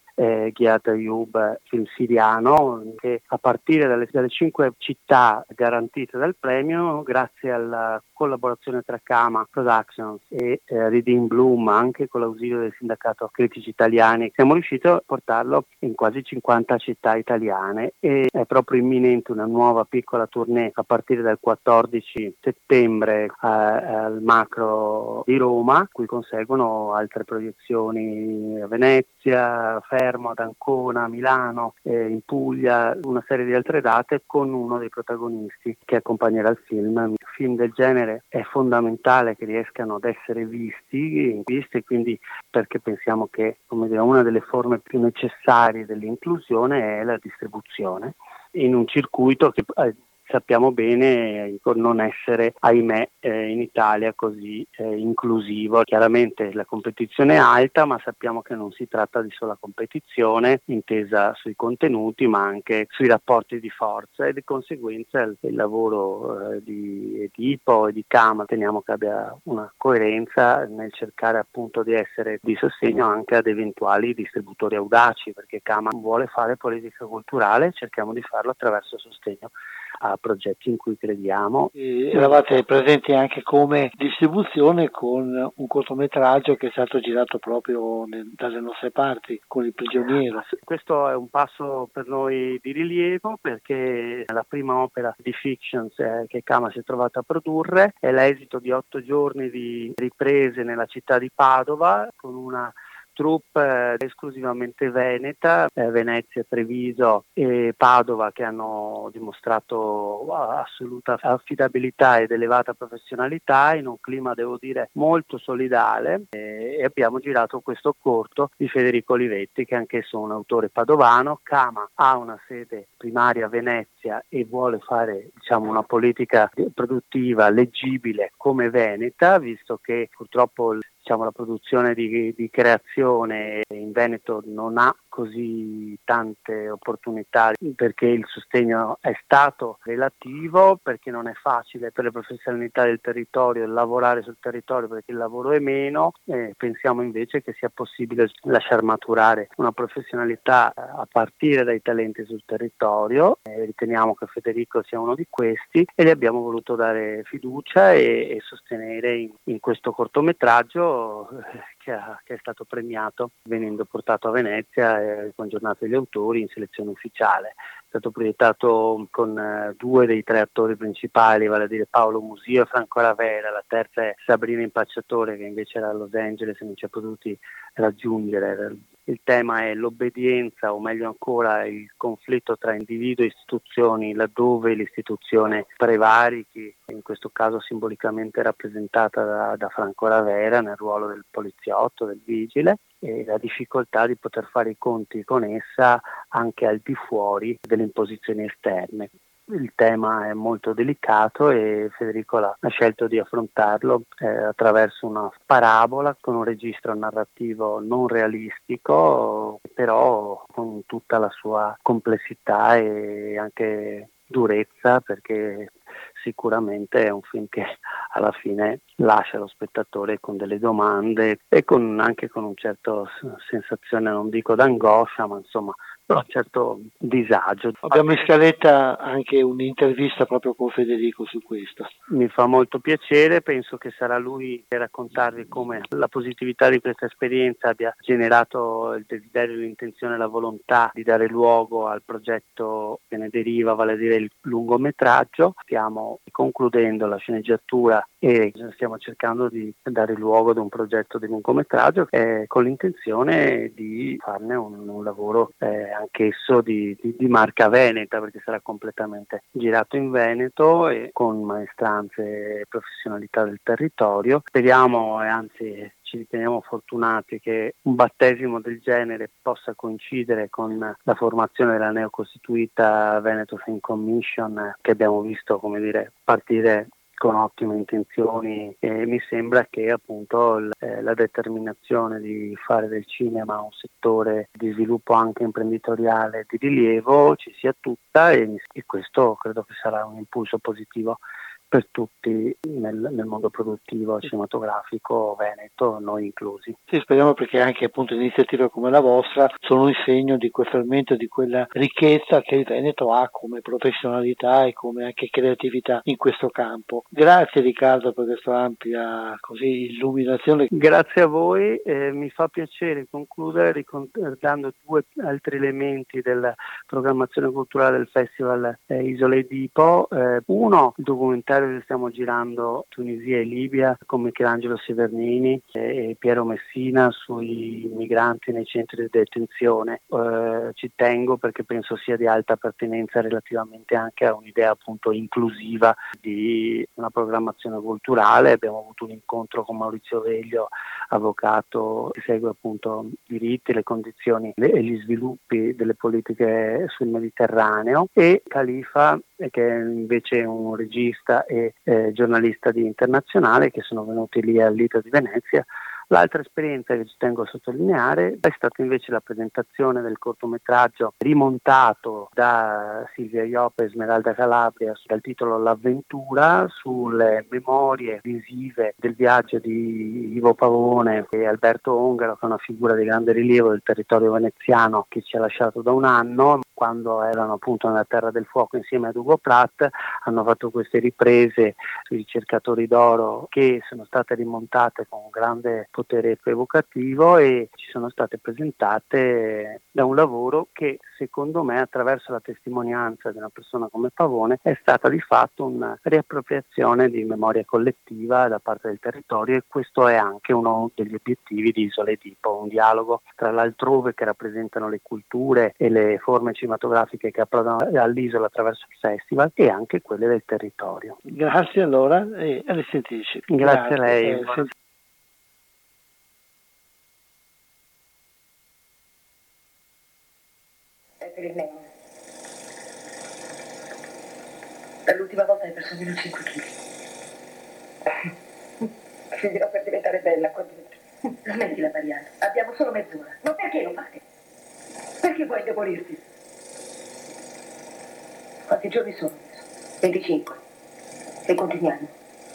e Ghiad Ayoub, film siriano, che a partire dalle 5 città garantite dal premio, grazie alla collaborazione tra Kama Productions e Reading Bloom, anche con l'ausilio del sindacato critici italiani, siamo riusciti a portarlo in quasi 50 città italiane, e è proprio imminente una nuova piccola tournée a partire dal 14 settembre al Macro di Roma, cui conseguono altre proiezioni a Venezia, Fermo, ad Ancona, Milano, in Puglia, una serie di altre date con uno dei protagonisti che accompagnerà il film. Film del genere è fondamentale che riescano ad essere visti, quindi perché pensiamo che, come dire, una delle forme più necessarie dell'inclusione è la distribuzione in un circuito che sappiamo bene non essere, ahimè, in Italia così inclusivo. Chiaramente la competizione è alta, ma sappiamo che non si tratta di sola competizione intesa sui contenuti, ma anche sui rapporti di forza, e di conseguenza il lavoro di Edipo e di Cama teniamo che abbia una coerenza nel cercare appunto di essere di sostegno anche ad eventuali distributori audaci, perché Cama vuole fare politica culturale, cerchiamo di farlo attraverso sostegno a progetti in cui crediamo. Eravate presenti anche come distribuzione con un cortometraggio che è stato girato proprio dalle nostre parti, con Il prigioniero. Questo è un passo per noi di rilievo, perché è la prima opera di fiction che Cama si è trovata a produrre, è l'esito di 8 giorni di riprese nella città di Padova con una troupe esclusivamente veneta, Venezia, Treviso e Padova, che hanno dimostrato assoluta affidabilità ed elevata professionalità in un clima, devo dire, molto solidale, e abbiamo girato questo corto di Federico Olivetti, che anch'esso è un autore padovano. Cama ha una sede primaria a Venezia e vuole fare, diciamo, una politica produttiva leggibile come veneta, visto che purtroppo la produzione di creazione in Veneto non ha così tante opportunità, perché il sostegno è stato relativo, perché non è facile per le professionalità del territorio lavorare sul territorio, perché il lavoro è meno. Pensiamo invece che sia possibile lasciar maturare una professionalità a partire dai talenti sul territorio. Riteniamo che Federico sia uno di questi e gli abbiamo voluto dare fiducia e sostenere in questo cortometraggio che è stato premiato venendo portato a Venezia con giornata degli autori in selezione ufficiale. È stato proiettato con 2 dei 3 attori principali, vale a dire Paolo Musio e Franco Ravera. La terza è Sabrina Impacciatore, che invece era a Los Angeles e non ci ha potuti raggiungere. Il tema è l'obbedienza, o meglio ancora il conflitto tra individuo e istituzioni, laddove l'istituzione prevarichi, in questo caso simbolicamente rappresentata da Franco Ravera nel ruolo del poliziotto, del vigile, e la difficoltà di poter fare i conti con essa anche al di fuori delle imposizioni esterne. Il tema è molto delicato e Federico ha scelto di affrontarlo attraverso una parabola con un registro narrativo non realistico, però con tutta la sua complessità e anche durezza, perché sicuramente è un film che alla fine lascia lo spettatore con delle domande e anche con un certo sensazione, non dico d'angoscia, ma insomma un certo disagio. Abbiamo in scaletta anche un'intervista proprio con Federico su questo. Mi fa molto piacere, penso che sarà lui a raccontarvi come la positività di questa esperienza abbia generato il desiderio, l'intenzione e la volontà di dare luogo al progetto che ne deriva, vale a dire il lungometraggio. Stiamo concludendo la sceneggiatura e stiamo cercando di dare luogo ad un progetto di lungometraggio con l'intenzione di farne un lavoro anch'esso di marca veneta, perché sarà completamente girato in Veneto e con maestranze e professionalità del territorio. Speriamo, e anzi ci riteniamo fortunati, che un battesimo del genere possa coincidere con la formazione della neocostituita Veneto Film Commission, che abbiamo visto, come dire, partire con ottime intenzioni, e mi sembra che appunto la determinazione di fare del cinema un settore di sviluppo anche imprenditoriale di rilievo ci sia tutta, e questo credo che sarà un impulso positivo per tutti nel mondo produttivo cinematografico veneto, noi inclusi. Sì, speriamo, perché anche appunto iniziative come la vostra sono il segno di quel fermento, di quella ricchezza che il Veneto ha come professionalità e come anche creatività in questo campo. Grazie Riccardo per questa ampia illuminazione. Grazie a voi, mi fa piacere concludere ricordando 2 altri elementi della programmazione culturale del Festival Isole Edipo. Uno, il documentario che stiamo girando Tunisia e Libia con Michelangelo Severnini e Piero Messina sui migranti nei centri di detenzione. Ci tengo perché penso sia di alta pertinenza relativamente anche a un'idea appunto inclusiva di una programmazione culturale. Abbiamo avuto un incontro con Maurizio Veglio, avvocato che segue appunto i diritti, le condizioni e gli sviluppi delle politiche sul Mediterraneo, e Khalifa, che è invece un regista e giornalista di Internazionale, che sono venuti lì al Lido di Venezia. L'altra esperienza che ci tengo a sottolineare è stata invece la presentazione del cortometraggio rimontato da Silvia Ioppe e Esmeralda Calabria dal titolo L'avventura, sulle memorie visive del viaggio di Ivo Pavone e Alberto Ongaro, che è una figura di grande rilievo del territorio veneziano, che ci ha lasciato da un anno, quando erano appunto nella Terra del Fuoco insieme ad Ugo Pratt. Hanno fatto queste riprese sui ricercatori d'oro che sono state rimontate con grande potere evocativo e ci sono state presentate da un lavoro che secondo me, attraverso la testimonianza di una persona come Pavone, è stata di fatto una riappropriazione di memoria collettiva da parte del territorio, e questo è anche uno degli obiettivi di Isola Edipo, un dialogo tra l'altrove, che rappresentano le culture e le forme cinematografiche che approdano all'isola attraverso il festival, e anche quelle del territorio. Grazie allora e a risentirci. Grazie a lei. Per il neo. Per l'ultima volta hai perso meno 5 kg. Finirò per diventare bella quando... Smettila, Mariana. Abbiamo solo mezz'ora. Ma perché lo fate? Perché vuoi indebolirti? Quanti giorni sono? 25. E continuiamo.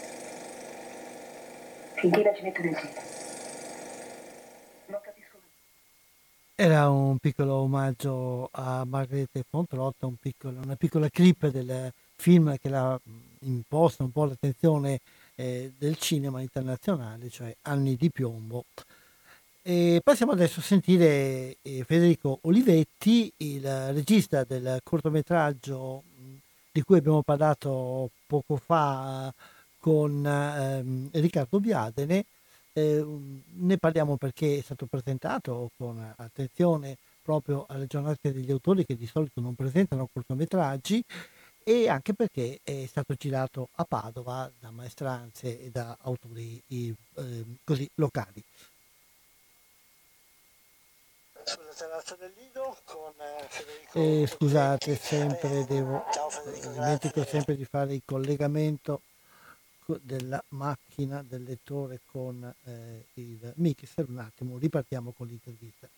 Finché la ci mettono insieme. Non capisco. Era un piccolo omaggio a Margherita von Trott, una piccola clip del film che l'ha imposto un po' l'attenzione del cinema internazionale, cioè Anni di piombo. E passiamo adesso a sentire Federico Olivetti, il regista del cortometraggio di cui abbiamo parlato poco fa con Riccardo Biadene. Ne parliamo perché è stato presentato con attenzione proprio alle giornate degli autori, che di solito non presentano cortometraggi, e anche perché è stato girato a Padova da maestranze e da autori così locali. Sulla terrazza del Lido con Federico. Scusate, sempre dimentico sempre di fare il collegamento della macchina del lettore con il mixer. Un attimo, ripartiamo con l'intervista.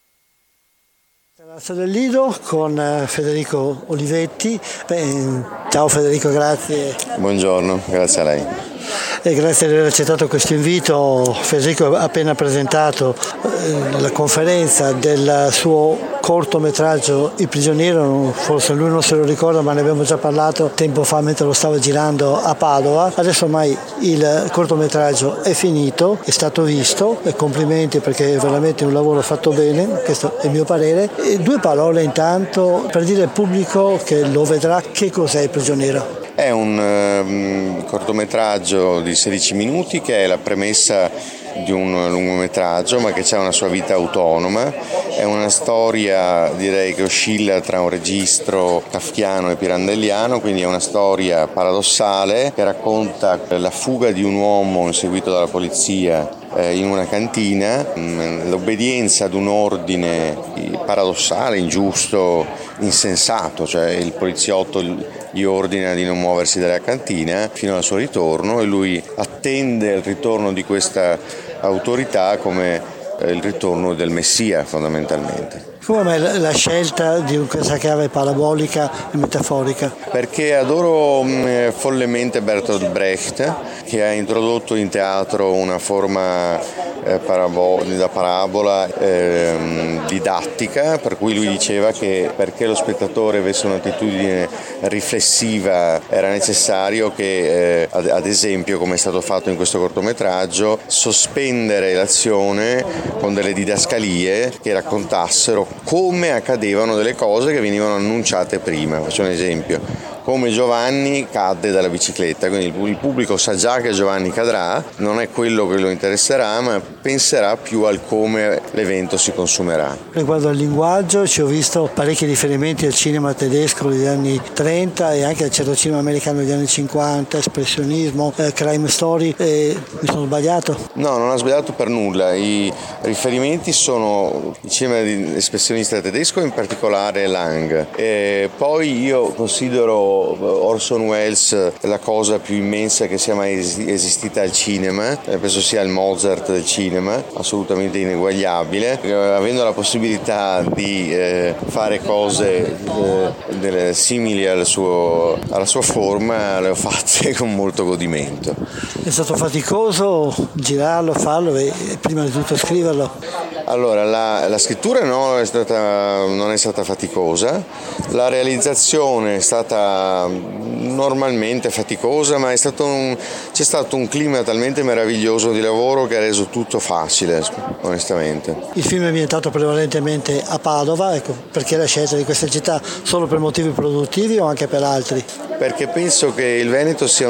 Terrazza del Lido con Federico Olivetti. Ciao Federico, grazie. Buongiorno, grazie a lei. E grazie di aver accettato questo invito. Federico ha appena presentato la conferenza del suo cortometraggio Il prigioniero, forse lui non se lo ricorda, ma ne abbiamo già parlato tempo fa mentre lo stavo girando a Padova. Adesso ormai il cortometraggio è finito, è stato visto, e complimenti perché è veramente un lavoro fatto bene, questo è il mio parere. E due parole intanto per dire al pubblico che lo vedrà, che cos'è Il prigioniero. È un cortometraggio di 16 minuti che è la premessa di un lungometraggio, ma che ha una sua vita autonoma. È una storia, direi, che oscilla tra un registro kafkiano e pirandelliano, quindi è una storia paradossale che racconta la fuga di un uomo inseguito dalla polizia in una cantina, l'obbedienza ad un ordine paradossale, ingiusto, insensato, cioè il poliziotto gli ordina di non muoversi dalla cantina fino al suo ritorno, e lui attende il ritorno di questa autorità come il ritorno del Messia, fondamentalmente. Come mai la scelta di questa chiave parabolica e metaforica? Perché adoro follemente Bertolt Brecht, che ha introdotto in teatro una forma da parabola didattica, per cui lui diceva che perché lo spettatore avesse un'attitudine riflessiva era necessario che, ad esempio, come è stato fatto in questo cortometraggio, sospendere l'azione con delle didascalie che raccontassero come accadevano delle cose che venivano annunciate prima. Faccio un esempio: come Giovanni cadde dalla bicicletta, quindi il pubblico sa già che Giovanni cadrà, non è quello che lo interesserà, ma penserà più al come l'evento si consumerà. Riguardo al linguaggio, ci ho visto parecchi riferimenti al cinema tedesco degli anni 30 e anche al certo cinema americano degli anni 50, espressionismo, crime story. Mi sono sbagliato? No, non ha sbagliato per nulla. I riferimenti sono il cinema espressionista tedesco, in particolare Lang. Poi io considero Orson Welles, la cosa più immensa che sia mai esistita al cinema, penso sia il Mozart del cinema, assolutamente ineguagliabile, avendo la possibilità di fare cose simili alla sua forma, le ho fatte con molto godimento. È stato faticoso girarlo, farlo e prima di tutto scriverlo? Allora, la scrittura non è stata faticosa, la realizzazione è stata normalmente faticosa, ma c'è stato un clima talmente meraviglioso di lavoro che ha reso tutto facile, onestamente. Il film è ambientato prevalentemente a Padova, ecco, perché la scelta di questa città solo per motivi produttivi o anche per altri? Perché penso che il Veneto sia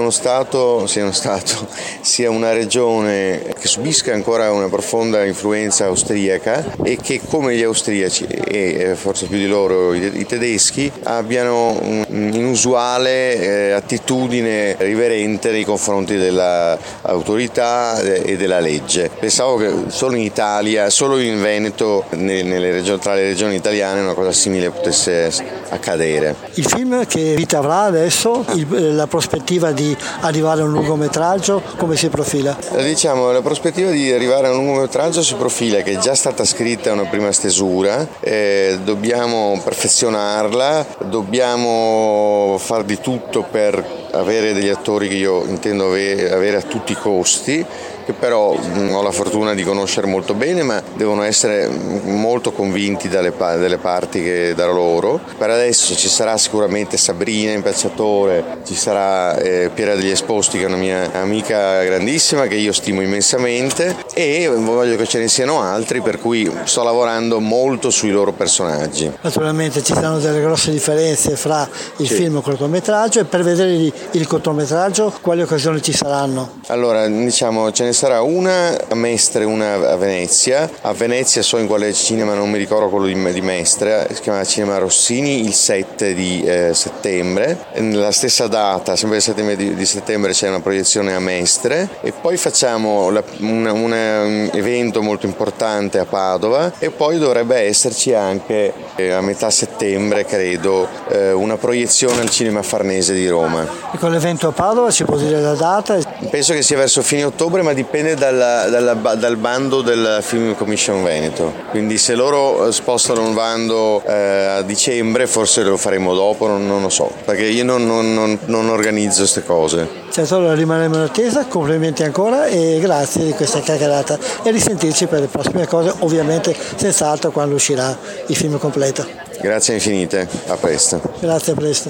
una regione che subisca ancora una profonda influenza austriaca e che, come gli austriaci e forse più di loro i tedeschi, abbiano un'inusuale attitudine riverente nei confronti dell'autorità e della legge. Pensavo che solo in Italia, solo in Veneto, tra le regioni italiane, una cosa simile potesse accadere. Il film che vita avrà adesso? La prospettiva di arrivare a un lungometraggio come si profila? La prospettiva di arrivare a un lungometraggio si profila che è già stata scritta una prima stesura, dobbiamo perfezionarla, dobbiamo far di tutto per avere degli attori che io intendo avere a tutti i costi, che però ho la fortuna di conoscere molto bene, ma devono essere molto convinti delle parti che darò loro. Per adesso ci sarà sicuramente Sabrina Impacciatore, ci sarà Piera degli Esposti, che è una mia amica grandissima che io stimo immensamente, e voglio che ce ne siano altri, per cui sto lavorando molto sui loro personaggi. Naturalmente ci saranno delle grosse differenze fra il film e il cortometraggio, e per vedere il cortometraggio quali occasioni ci saranno? Allora, ce ne sarà una a Mestre e una a Venezia. A Venezia so in quale cinema, non mi ricordo quello di Mestre, si chiama Cinema Rossini, il 7 di settembre. Nella stessa data, sempre il 7 di settembre, c'è una proiezione a Mestre, e poi facciamo un evento molto importante a Padova, e poi dovrebbe esserci anche a metà settembre, credo, una proiezione al Cinema Farnese di Roma. E con l'evento a Padova ci può dire la data? Penso che sia verso fine ottobre, ma dipende dal bando del Film Commission Veneto, quindi se loro spostano un bando a dicembre forse lo faremo dopo, non lo so, perché io non organizzo queste cose. Certo, allora rimarremo in attesa, complimenti ancora e grazie di questa chiacchierata, e risentirci per le prossime cose, ovviamente senz'altro quando uscirà il film completo. Grazie infinite, a presto. Grazie, a presto.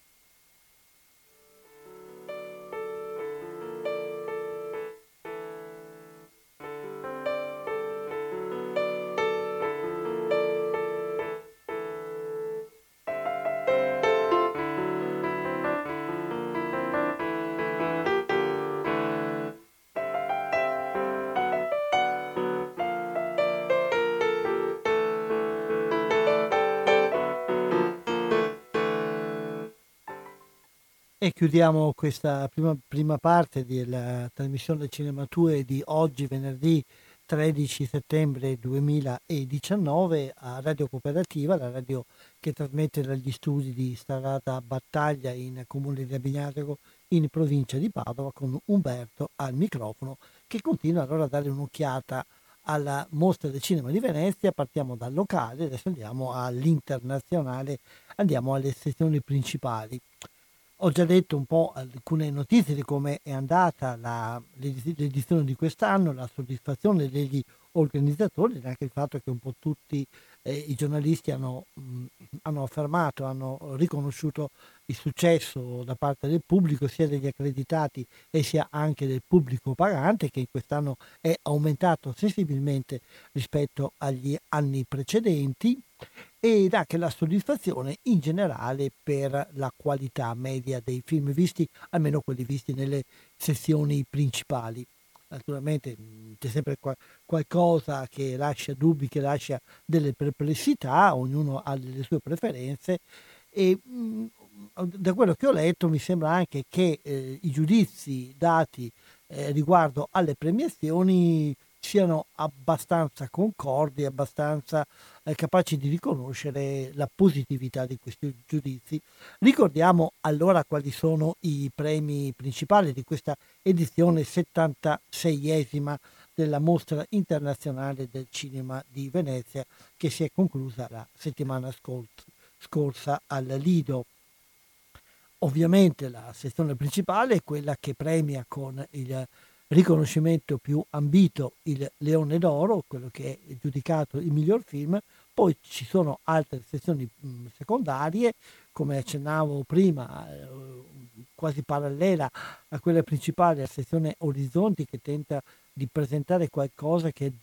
E chiudiamo questa prima parte della trasmissione Cinema 2 di oggi, venerdì 13 settembre 2019, a Radio Cooperativa, la radio che trasmette dagli studi di Strada Battaglia in Comune di Abignatico, in provincia di Padova, con Umberto al microfono, che continua allora a dare un'occhiata alla Mostra del Cinema di Venezia. Partiamo dal locale, adesso andiamo all'internazionale, andiamo alle sezioni principali. Ho già detto un po' alcune notizie di come è andata l'edizione di quest'anno, la soddisfazione degli organizzatori, e anche il fatto che un po' tutti i giornalisti hanno affermato, hanno riconosciuto il successo da parte del pubblico, sia degli accreditati e sia anche del pubblico pagante, che quest'anno è aumentato sensibilmente rispetto agli anni precedenti, ed anche la soddisfazione in generale per la qualità media dei film visti, almeno quelli visti nelle sessioni principali. Naturalmente c'è sempre qualcosa che lascia dubbi, che lascia delle perplessità, ognuno ha le sue preferenze, e da quello che ho letto mi sembra anche che i giudizi dati riguardo alle premiazioni siano abbastanza concordi, abbastanza capaci di riconoscere la positività di questi giudizi. Ricordiamo allora quali sono i premi principali di questa edizione 76esima della Mostra internazionale del cinema di Venezia, che si è conclusa la settimana scorsa al Lido. Ovviamente la sezione principale è quella che premia con il riconoscimento più ambito il Leone d'Oro, quello che è giudicato il miglior film. Poi ci sono altre sezioni secondarie, come accennavo prima, quasi parallela a quella principale, la sezione Orizzonti, che tenta di presentare qualcosa che è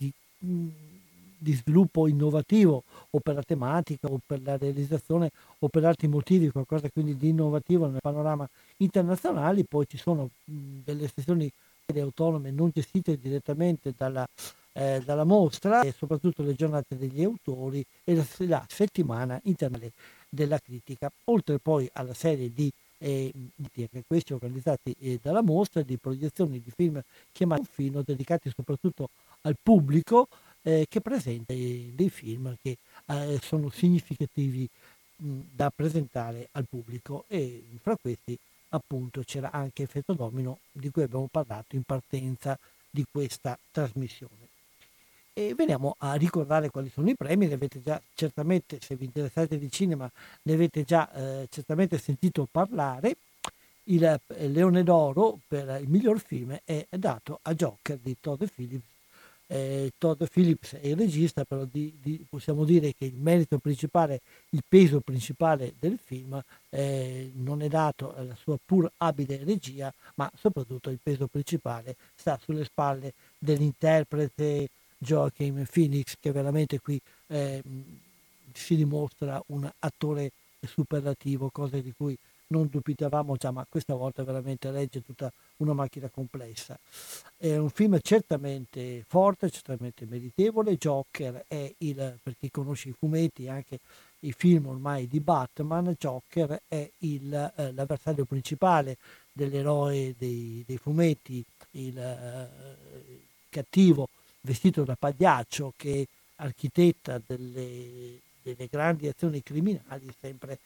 di sviluppo innovativo, o per la tematica o per la realizzazione o per altri motivi, qualcosa quindi di innovativo nel panorama internazionale. Poi ci sono delle sezioni autonome non gestite direttamente dalla mostra, e soprattutto le giornate degli autori e la settimana internazionale della critica, oltre poi alla serie di anche questi organizzati dalla mostra, di proiezioni di film chiamati Confino, dedicati soprattutto al pubblico, che presenta dei film che sono significativi da presentare al pubblico, e fra questi appunto c'era anche Effetto Domino, di cui abbiamo parlato in partenza di questa trasmissione. E veniamo a ricordare quali sono i premi. Ne avete già certamente, se vi interessate di cinema, ne avete già certamente sentito parlare. Il Leone d'Oro per il miglior film è dato a Joker di Todd Phillips. Todd Phillips è il regista, però possiamo dire che il merito principale, il peso principale del film non è dato alla sua pur abile regia, ma soprattutto il peso principale sta sulle spalle dell'interprete Joaquin Phoenix, che veramente qui si dimostra un attore superlativo, cosa di cui non dubitavamo già, ma questa volta veramente regge tutta una macchina complessa. È un film certamente forte, certamente meritevole. Joker è per chi conosce i fumetti e anche i film ormai di Batman, Joker è l'avversario principale dell'eroe dei fumetti, il cattivo vestito da pagliaccio che architetta delle grandi azioni criminali, sempre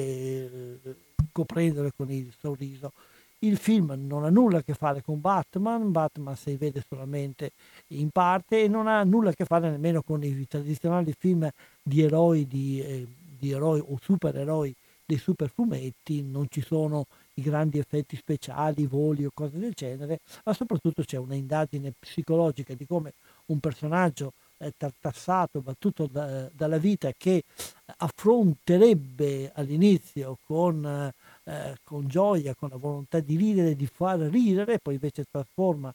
coprendole con il sorriso. Il film non ha nulla a che fare con Batman si vede solamente in parte, e non ha nulla a che fare nemmeno con i tradizionali film di eroi, di eroi o supereroi dei superfumetti. Non ci sono i grandi effetti speciali, voli o cose del genere, ma soprattutto c'è una indagine psicologica di come un personaggio tartassato, battuto dalla vita, che affronterebbe all'inizio con gioia, con la volontà di ridere, di far ridere, poi invece trasforma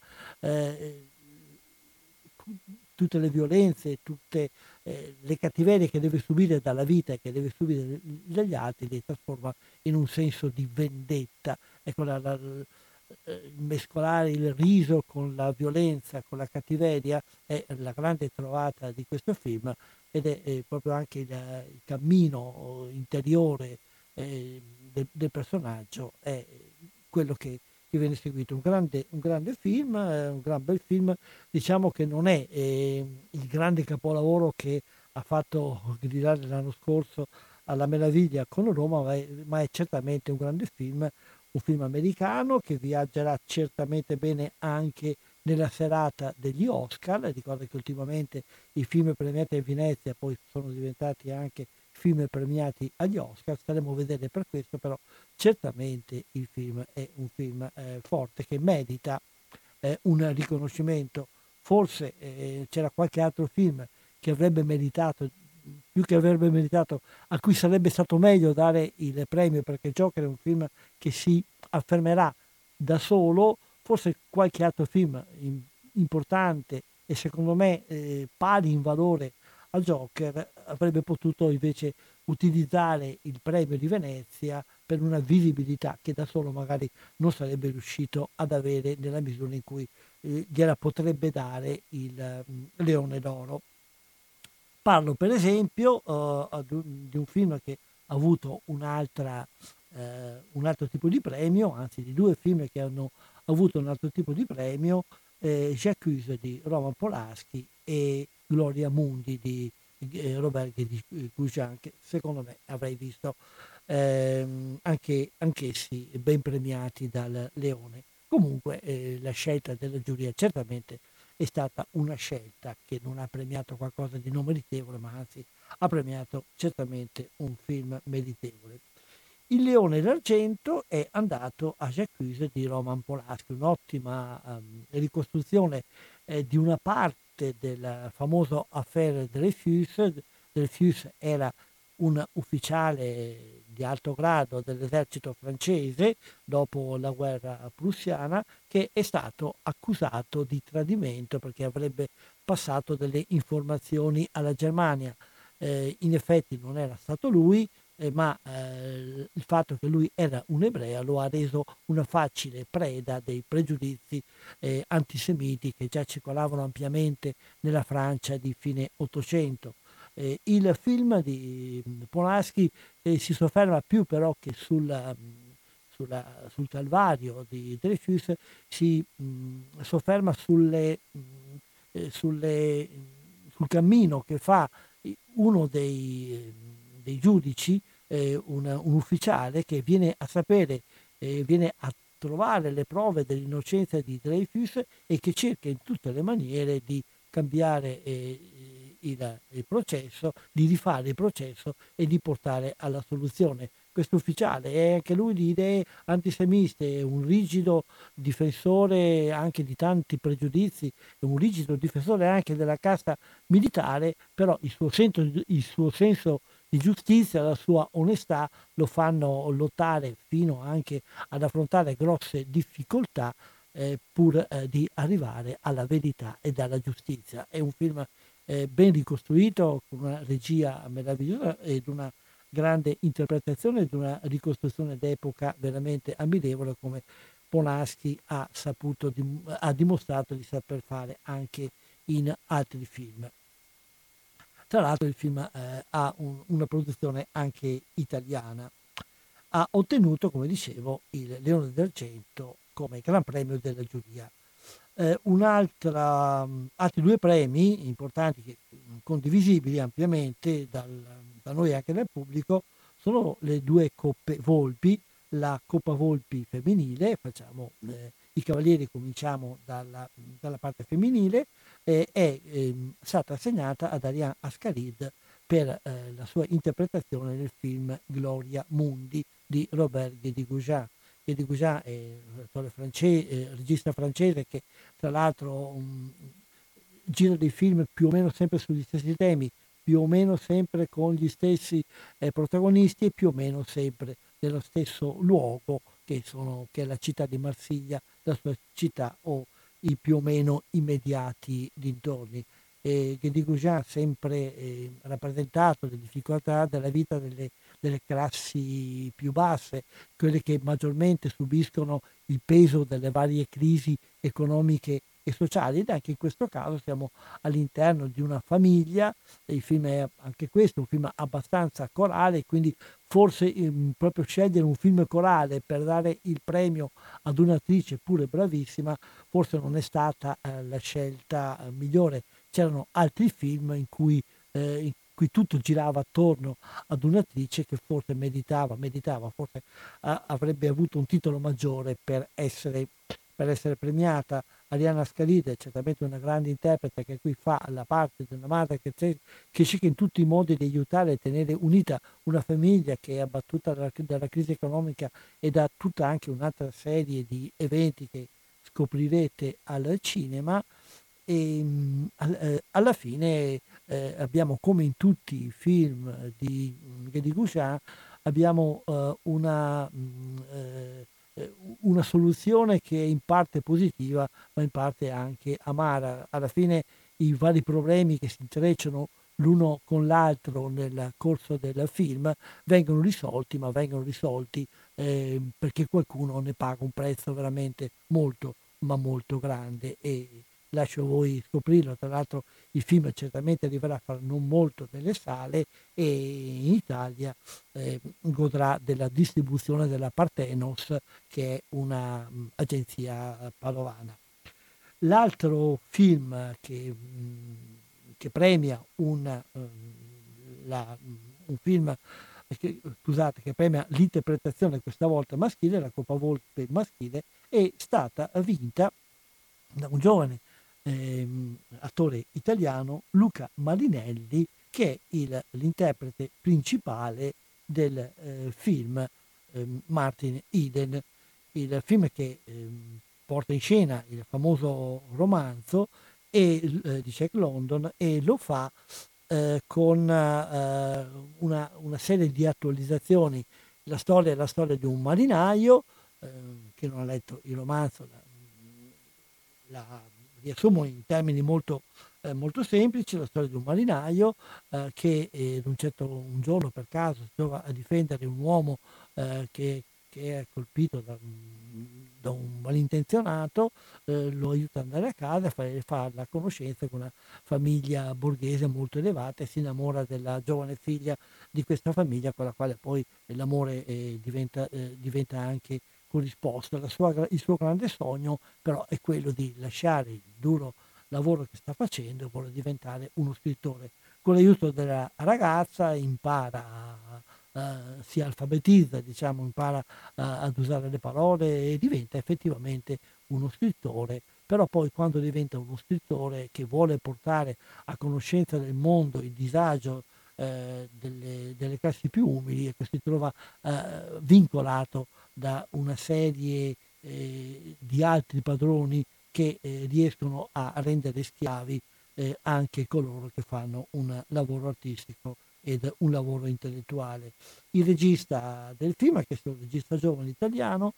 tutte le violenze, tutte le cattiverie che deve subire dalla vita e che deve subire dagli altri, le trasforma in un senso di vendetta. Ecco, mescolare il riso con la violenza, con la cattiveria, è la grande trovata di questo film, ed è proprio anche il cammino interiore del personaggio, è quello che viene seguito. Un grande film, un gran bel film. Diciamo che non è il grande capolavoro che ha fatto gridare l'anno scorso alla meraviglia con Roma, ma è certamente un grande film, un film americano che viaggerà certamente bene anche nella serata degli Oscar. Ricordo che ultimamente i film premiati a Venezia poi sono diventati anche film premiati agli Oscar, staremo a vedere per questo, però certamente il film è un film forte, che merita un riconoscimento. Forse c'era qualche altro film che avrebbe meritato, più che avrebbe meritato, a cui sarebbe stato meglio dare il premio, perché Joker è un film che si affermerà da solo. Forse qualche altro film importante e secondo me pari in valore a Joker avrebbe potuto invece utilizzare il premio di Venezia per una visibilità che da solo magari non sarebbe riuscito ad avere nella misura in cui gliela potrebbe dare il Leone d'Oro. Parlo per esempio di un film che ha avuto un altro tipo di premio, anzi di due film che hanno avuto un altro tipo di premio. J'accuse di Roman Polanski e Gloria Mundi di Robert Gujan, che secondo me avrei visto anch'essi ben premiati dal Leone. Comunque la scelta della giuria certamente è stata una scelta che non ha premiato qualcosa di non meritevole, ma anzi ha premiato certamente un film meritevole. Il Leone d'Argento è andato a J'accuse di Roman Polanski, un'ottima ricostruzione di una parte del famoso affaire Dreyfus. Dreyfus era un ufficiale di alto grado dell'esercito francese dopo la guerra prussiana, che è stato accusato di tradimento perché avrebbe passato delle informazioni alla Germania. In effetti non era stato lui, ma il fatto che lui era un ebreo lo ha reso una facile preda dei pregiudizi antisemiti che già circolavano ampiamente nella Francia di fine Ottocento. Il film di Polanski si sofferma più però che sul calvario di Dreyfus, si sofferma sul cammino che fa uno dei giudici, un ufficiale che viene a sapere, viene a trovare le prove dell'innocenza di Dreyfus e che cerca in tutte le maniere di cambiare il processo, di rifare il processo e di portare alla soluzione. Questo ufficiale è anche lui di idee antisemite, è un rigido difensore anche di tanti pregiudizi, è un rigido difensore anche della casta militare, però il suo senso di giustizia, la sua onestà lo fanno lottare fino anche ad affrontare grosse difficoltà pur di arrivare alla verità e alla giustizia. È un film ben ricostruito, con una regia meravigliosa ed una grande interpretazione ed una ricostruzione d'epoca veramente ammirevole, come Polanski ha dimostrato di saper fare anche in altri film. Tra l'altro il film ha una produzione anche italiana. Ha ottenuto, come dicevo, il Leone d'Argento come Gran Premio della giuria. Altri due premi importanti, condivisibili ampiamente da noi anche dal pubblico, sono le due Coppe Volpi, la Coppa Volpi femminile, facciamo i cavalieri, cominciamo dalla parte femminile, è stata assegnata ad Ariane Ascaride per la sua interpretazione nel film Gloria Mundi di Robert Guédiguian. Guédiguian è un attore regista francese che tra l'altro gira dei film più o meno sempre sugli stessi temi, più o meno sempre con gli stessi protagonisti e più o meno sempre nello stesso luogo che è la città di Marsiglia, la sua città o i più o meno immediati dintorni. Guédiguian ha sempre rappresentato le difficoltà della vita delle classi più basse, quelle che maggiormente subiscono il peso delle varie crisi economiche e sociali, ed anche in questo caso siamo all'interno di una famiglia. Il film è anche questo un film abbastanza corale, quindi forse proprio scegliere un film corale per dare il premio ad un'attrice pure bravissima forse non è stata la scelta migliore. C'erano altri film in cui tutto girava attorno ad un'attrice che forse meritava, forse avrebbe avuto un titolo maggiore per essere premiata. Ariane Ascaride è certamente una grande interprete che qui fa la parte di una madre che cerca in tutti i modi di aiutare e tenere unita una famiglia che è abbattuta dalla crisi economica e da tutta anche un'altra serie di eventi che scoprirete al cinema. E alla fine abbiamo, come in tutti i film di Guédiguian, abbiamo una soluzione che è in parte positiva ma in parte anche amara. Alla fine i vari problemi che si intrecciano l'uno con l'altro nel corso del film vengono risolti perché qualcuno ne paga un prezzo veramente molto ma molto grande, e lascio voi scoprirlo. Tra l'altro il film certamente arriverà a far non molto nelle sale e in Italia godrà della distribuzione della Parthenos, che è una agenzia padovana. L'altro film che premia un film che premia l'interpretazione questa volta maschile, la Coppa Volpe maschile, è stata vinta da un giovane attore italiano, Luca Marinelli, che è l'interprete principale del film Martin Eden, il film che porta in scena il famoso romanzo di Jack London, e lo fa con una serie di attualizzazioni. La storia è la storia di un marinaio che non ha letto il romanzo, la riassumo in termini molto semplici. La storia di un marinaio che un giorno per caso si trova a difendere un uomo che è colpito da un malintenzionato, lo aiuta ad andare a casa e fa la conoscenza con una famiglia borghese molto elevata, e si innamora della giovane figlia di questa famiglia, con la quale poi l'amore diventa anche corrisposto. Il suo grande sogno però è quello di lasciare il duro lavoro che sta facendo e vuole diventare uno scrittore. Con l'aiuto della ragazza si alfabetizza, impara ad usare le parole e diventa effettivamente uno scrittore. Però poi, quando diventa uno scrittore che vuole portare a conoscenza del mondo il disagio delle classi più umili, e che si trova vincolato da una serie di altri padroni che riescono a rendere schiavi anche coloro che fanno un lavoro artistico ed un lavoro intellettuale. Il regista del film, che è un regista giovane italiano,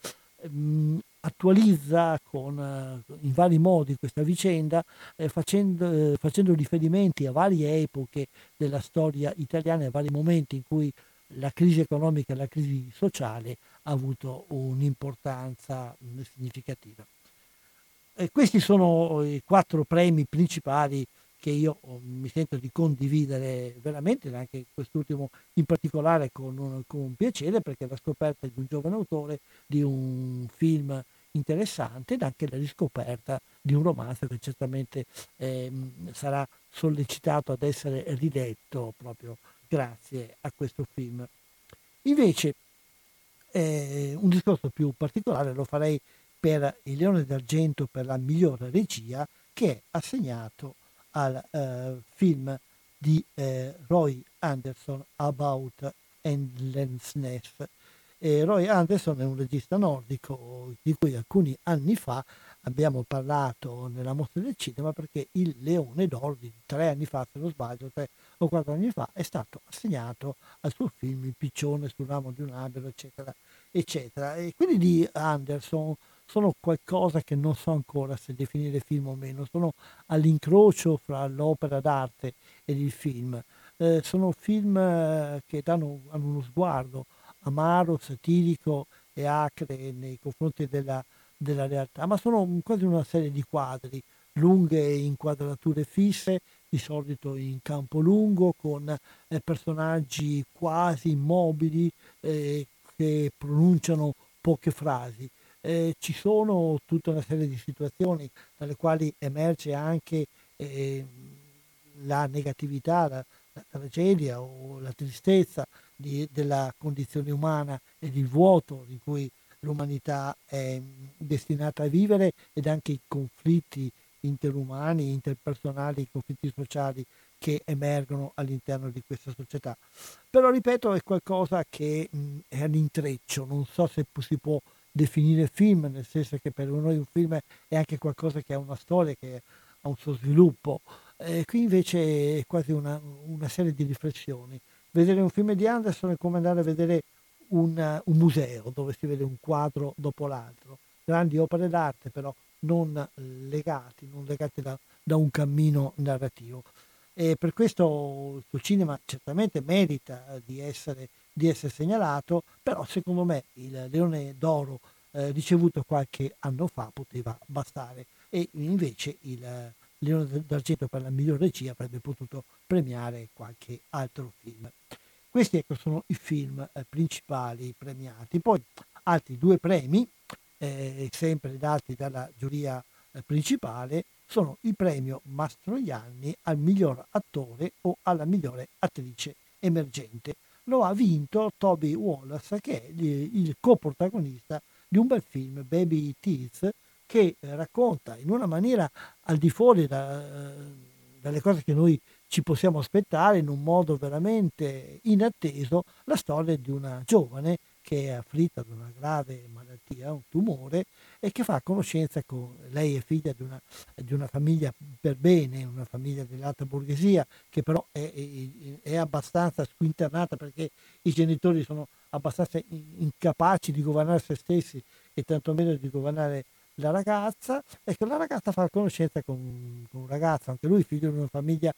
attualizza in vari modi questa vicenda, facendo riferimenti a varie epoche della storia italiana, a vari momenti in cui la crisi economica e la crisi sociale ha avuto un'importanza significativa. Questi sono i 4 premi principali che io mi sento di condividere veramente, anche quest'ultimo in particolare con piacere, perché la scoperta di un giovane autore, di un film interessante, ed anche la riscoperta di un romanzo che certamente sarà sollecitato ad essere riletto proprio grazie a questo film. Invece un discorso più particolare lo farei per il Leone d'Argento per la migliore regia, che è assegnato al film di Roy Andersson, About Endlessness. Roy Andersson è un regista nordico di cui alcuni anni fa abbiamo parlato nella Mostra del Cinema, perché il Leone d'Oro di 3 anni fa, se non sbaglio, 3 o 4 anni fa, è stato assegnato al suo film Il piccione sul ramo di un albero, eccetera, eccetera. E quelli di Anderson sono qualcosa che non so ancora se definire film o meno, sono all'incrocio fra l'opera d'arte ed il film. Sono film che hanno uno sguardo amaro, satirico e acre nei confronti della realtà, ma sono quasi una serie di quadri, lunghe inquadrature fisse, di solito in campo lungo, con personaggi quasi immobili che pronunciano poche frasi. Ci sono tutta una serie di situazioni dalle quali emerge anche la negatività, la tragedia o la tristezza della condizione umana ed il vuoto di cui l'umanità è destinata a vivere, ed anche i conflitti interumani, interpersonali, i conflitti sociali che emergono all'interno di questa società. Però, ripeto, è qualcosa che è all'intreccio, non so se si può definire film, nel senso che per noi un film è anche qualcosa che ha una storia, che ha un suo sviluppo. Qui invece è quasi una serie di riflessioni. Vedere un film di Anderson è come andare a vedere un museo dove si vede un quadro dopo l'altro, grandi opere d'arte però non legati da un cammino narrativo. E per questo il suo cinema certamente merita di essere segnalato, però secondo me il Leone d'Oro ricevuto qualche anno fa poteva bastare, e invece il Leone d'Argento per la miglior regia avrebbe potuto premiare qualche altro film. Questi sono i film principali premiati. Poi altri 2 premi, sempre dati dalla giuria principale sono il premio Mastroianni al miglior attore o alla migliore attrice emergente. Lo ha vinto Toby Wallace, che è il coprotagonista di un bel film, Baby Teeth, che racconta in una maniera al di fuori dalle cose che noi ci possiamo aspettare, in un modo veramente inatteso, la storia di una giovane che è afflitta da una grave malattia, un tumore, e che fa conoscenza con... Lei è figlia di una famiglia per bene, una famiglia dell'alta borghesia, che però è abbastanza squinternata perché i genitori sono abbastanza incapaci di governare se stessi e tantomeno di governare la ragazza. Ecco, la ragazza fa conoscenza con un ragazzo, anche lui figlio di una famiglia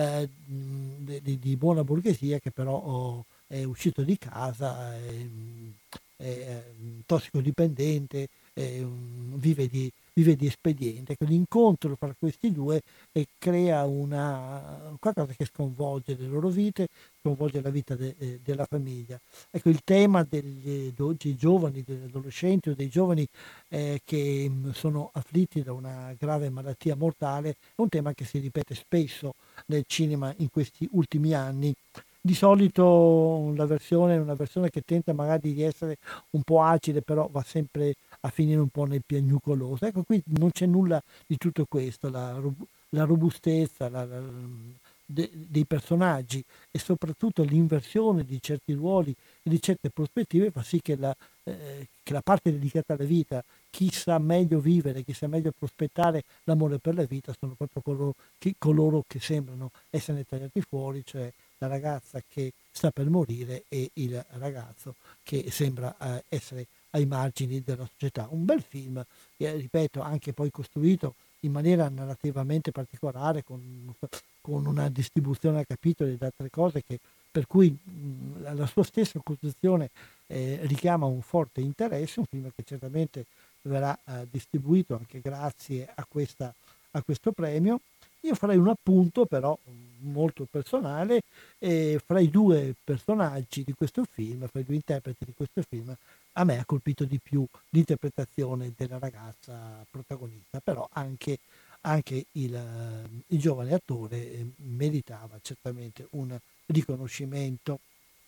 di buona borghesia, che però è uscito di casa, è tossicodipendente, vive di espediente. Ecco, l'incontro fra questi due crea qualcosa che sconvolge le loro vite, sconvolge la vita della famiglia. Ecco, il tema dei giovani, degli adolescenti o dei giovani che sono afflitti da una grave malattia mortale è un tema che si ripete spesso nel cinema in questi ultimi anni. Di solito la versione è una versione che tenta magari di essere un po' acide, però va sempre a finire un po' nel piagnucoloso. Ecco, qui non c'è nulla di tutto questo, la robustezza dei personaggi e soprattutto l'inversione di certi ruoli e di certe prospettive fa sì che la parte dedicata alla vita, chi sa meglio vivere, chi sa meglio prospettare l'amore per la vita, sono proprio coloro che sembrano essere tagliati fuori, cioè la ragazza che sta per morire e il ragazzo che sembra essere ai margini della società. Un bel film, ripeto, anche poi costruito in maniera narrativamente particolare, con una distribuzione a capitoli ed altre cose per cui la sua stessa costruzione richiama un forte interesse, un film che certamente verrà distribuito anche grazie a questo premio. Io farei un appunto però molto personale fra i due personaggi di questo film, fra i due interpreti di questo film. A me ha colpito di più l'interpretazione della ragazza protagonista, però anche il giovane attore meritava certamente un riconoscimento.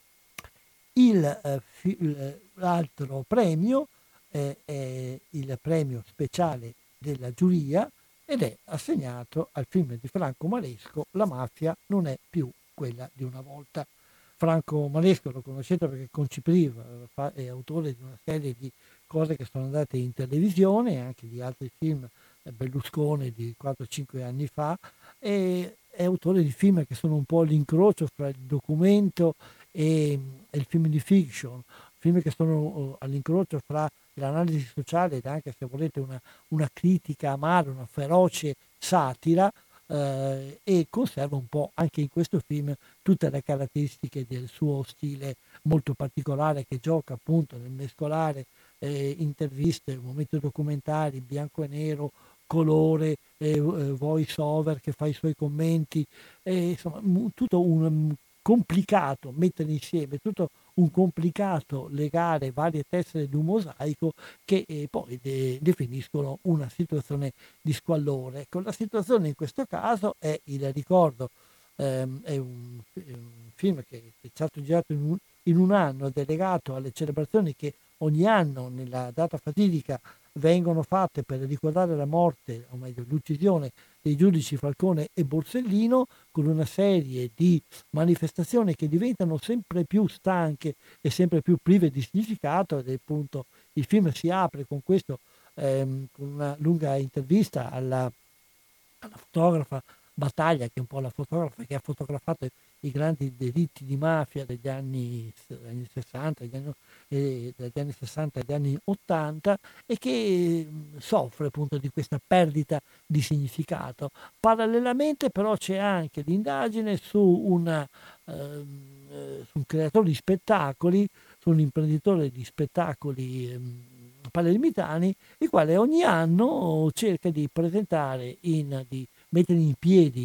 L'altro premio è il premio speciale della giuria ed è assegnato al film di Franco Maresco, La mafia non è più quella di una volta. Franco Maresco lo conoscete perché con Cipriva è autore di una serie di cose che sono andate in televisione e anche di altri film, Berlusconi di 4-5 anni fa, e è autore di film che sono un po' l'incrocio fra il documento e il film di fiction, film che sono all'incrocio fra l'analisi sociale ed anche, se volete, una critica amara, una feroce satira, e conserva un po' anche in questo film tutte le caratteristiche del suo stile molto particolare, che gioca appunto nel mescolare interviste, momenti documentari, bianco e nero, colore, voice over che fa i suoi commenti, insomma tutto un complicato mettere insieme, tutto un complicato legare varie tessere di un mosaico che poi definiscono una situazione di squallore. Ecco, la situazione in questo caso è il ricordo, è un film che è stato girato in un anno ed è legato alle celebrazioni che ogni anno nella data fatidica vengono fatte per ricordare la morte, o meglio l'uccisione, dei giudici Falcone e Borsellino, con una serie di manifestazioni che diventano sempre più stanche e sempre più prive di significato. Ed appunto il film si apre con questo, con una lunga intervista alla fotografa Battaglia, che è un po' la fotografa che ha fotografato i grandi delitti di mafia degli anni 60, dagli anni 60 agli anni 80, e che soffre appunto di questa perdita di significato. Parallelamente però c'è anche l'indagine su un creatore di spettacoli, su un imprenditore di spettacoli palermitani, il quale ogni anno cerca di presentare, di mettere in piedi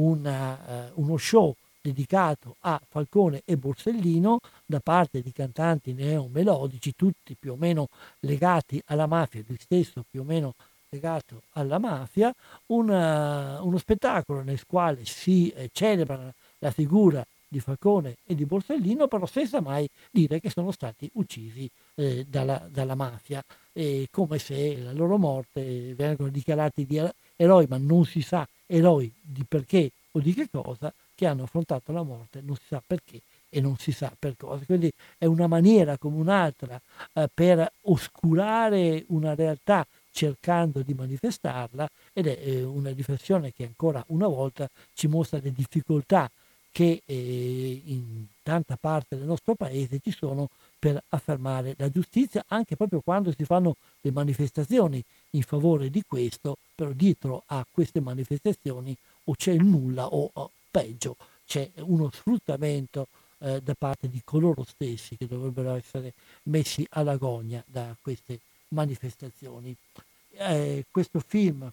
uno show dedicato a Falcone e Borsellino da parte di cantanti neomelodici, tutti più o meno legati alla mafia, lui stesso più o meno legato alla mafia, uno spettacolo nel quale si celebra la figura di Falcone e di Borsellino, però senza mai dire che sono stati uccisi dalla mafia, come se la loro morte vengono dichiarati di eroi, ma non si sa eroi di perché o di che cosa, che hanno affrontato la morte, non si sa perché e non si sa per cosa. Quindi è una maniera come un'altra per oscurare una realtà cercando di manifestarla, ed è una riflessione che ancora una volta ci mostra le difficoltà che in tanta parte del nostro paese ci sono per affermare la giustizia, anche proprio quando si fanno le manifestazioni in favore di questo, però dietro a queste manifestazioni o c'è il nulla o peggio c'è uno sfruttamento da parte di coloro stessi che dovrebbero essere messi alla gogna da queste manifestazioni. Questo film,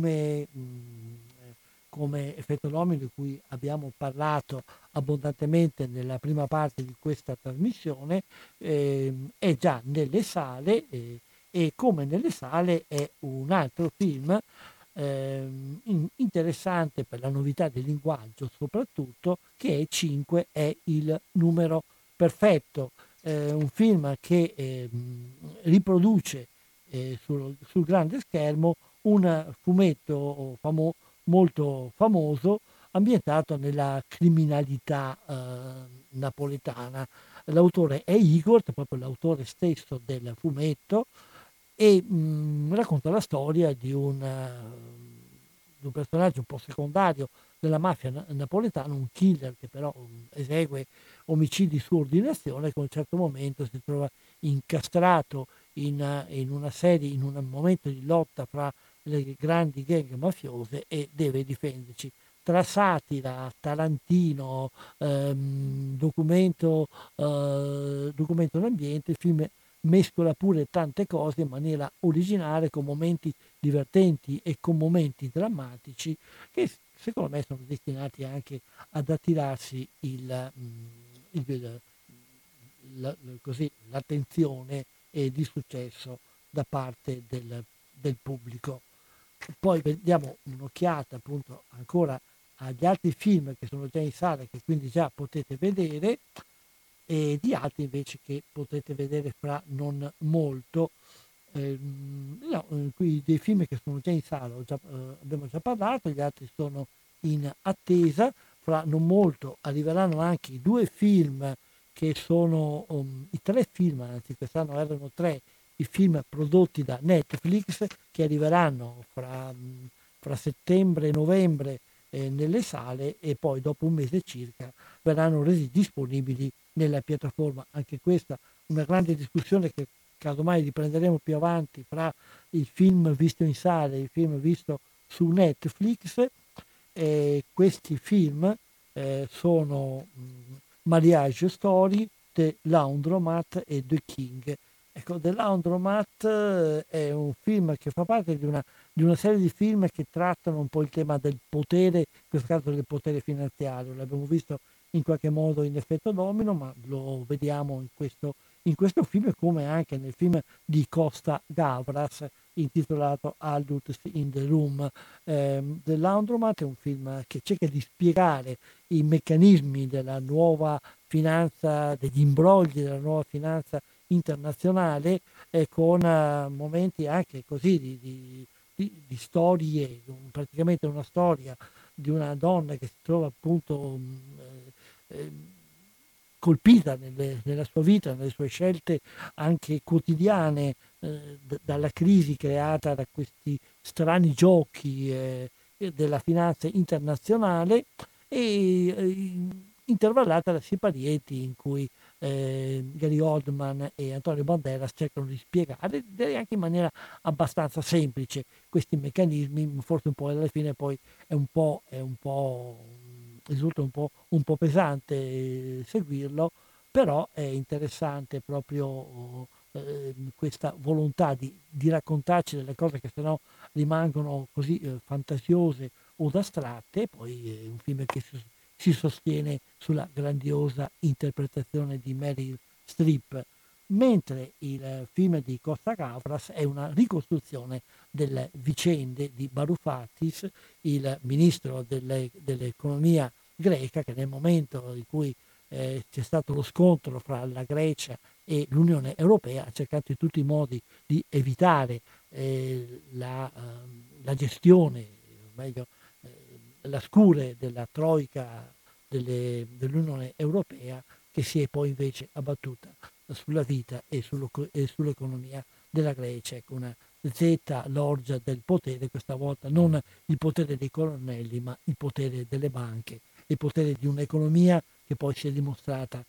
come Effetto Domino, di cui abbiamo parlato abbondantemente nella prima parte di questa trasmissione, è già nelle sale, e come nelle sale è un altro film interessante per la novità del linguaggio, soprattutto, che è 5 è il numero perfetto, un film che riproduce sul grande schermo un fumetto molto famoso ambientato nella criminalità napoletana. L'autore è Igor, proprio l'autore stesso del fumetto, e racconta la storia di un personaggio un po' secondario della mafia napoletana, un killer che però esegue omicidi su ordinazione, che a un certo momento si trova incastrato in un momento di lotta fra le grandi gang mafiose e deve difenderci. Tra satira, Tarantino, documento d'ambiente, il film mescola pure tante cose in maniera originale, con momenti divertenti e con momenti drammatici che secondo me sono destinati anche ad attirarsi l'attenzione e di successo da parte del pubblico. Poi diamo un'occhiata appunto ancora agli altri film che sono già in sala, che quindi già potete vedere, e di altri invece che potete vedere fra non molto. Qui dei film che sono già in sala abbiamo già parlato, gli altri sono in attesa. Fra non molto arriveranno anche i 2 film che sono i 3 film, anzi quest'anno erano 3 i film prodotti da Netflix, che arriveranno fra settembre e novembre nelle sale, e poi dopo un mese circa verranno resi disponibili nella piattaforma. Anche questa una grande discussione che casomai riprenderemo più avanti fra il film visto in sale e il film visto su Netflix. Questi film sono Marriage Story, The Laundromat e The King. Ecco, The Laundromat è un film che fa parte di una serie di film che trattano un po' il tema del potere, in questo caso del potere finanziario. L'abbiamo visto in qualche modo in Effetto Domino, ma lo vediamo in questo film, come anche nel film di Costa Gavras intitolato Adults in the Room. The Laundromat è un film che cerca di spiegare i meccanismi della nuova finanza, degli imbrogli della nuova finanza internazionale, con momenti anche così di storie, praticamente una storia di una donna che si trova appunto colpita nella sua vita, nelle sue scelte anche quotidiane, dalla crisi creata da questi strani giochi della finanza internazionale, e intervallata da siparieti in cui Gary Oldman e Antonio Banderas cercano di spiegare, direi anche in maniera abbastanza semplice, questi meccanismi. Forse un po' alla fine poi risulta un po' pesante seguirlo, però è interessante proprio questa volontà di raccontarci delle cose che sennò rimangono così fantasiose o astratte. E poi è un film che si sostiene sulla grandiosa interpretazione di Meryl Streep. mentre il film di Costa Gavras è una ricostruzione delle vicende di Varoufakis, il ministro dell'economia greca, che nel momento in cui c'è stato lo scontro fra la Grecia e l'Unione Europea ha cercato in tutti i modi di evitare la gestione, o meglio la scure della troica dell'Unione Europea, che si è poi invece abbattuta sulla vita e sull'economia della Grecia, con una zeta lorgia del potere, questa volta non il potere dei colonnelli, ma il potere delle banche, il potere di un'economia che poi si è dimostrata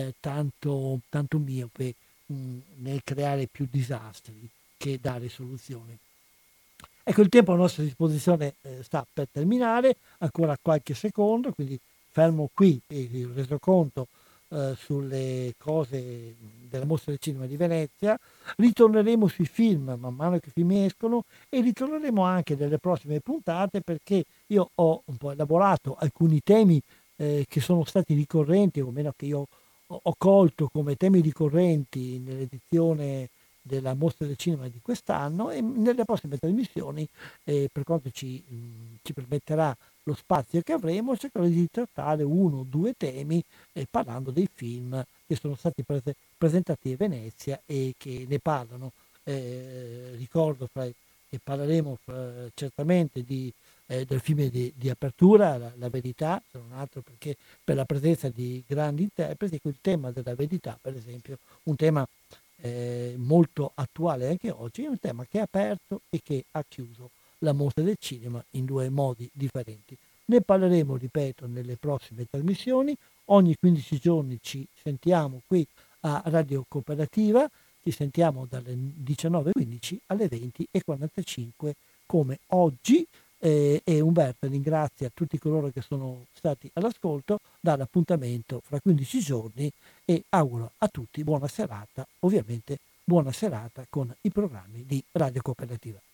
tanto miope nel creare più disastri che dare soluzioni. Ecco, il tempo a nostra disposizione sta per terminare, ancora qualche secondo, quindi fermo qui il resoconto sulle cose della Mostra del Cinema di Venezia. Ritorneremo sui film man mano che i film escono e ritorneremo anche nelle prossime puntate, perché io ho un po' elaborato alcuni temi che sono stati ricorrenti, o meno che io ho colto come temi ricorrenti nell'edizione della Mostra del Cinema di quest'anno, e nelle prossime trasmissioni, per quanto ci permetterà lo spazio che avremo, cercherò di trattare 1 o 2 temi parlando dei film che sono stati presentati a Venezia e che ne parlano. Ricordo che parleremo certamente del film di apertura, la verità, se non altro perché per la presenza di grandi interpreti. Il tema della verità, per esempio, un tema molto attuale anche oggi, è un tema che è aperto e che ha chiuso la Mostra del Cinema in 2 modi differenti. Ne parleremo, ripeto, nelle prossime trasmissioni. Ogni 15 giorni ci sentiamo qui a Radio Cooperativa, ci sentiamo dalle 19.15 alle 20.45 come oggi, e Umberto ringrazia tutti coloro che sono stati all'ascolto, dà l'appuntamento fra 15 giorni e auguro a tutti buona serata, ovviamente buona serata con i programmi di Radio Cooperativa.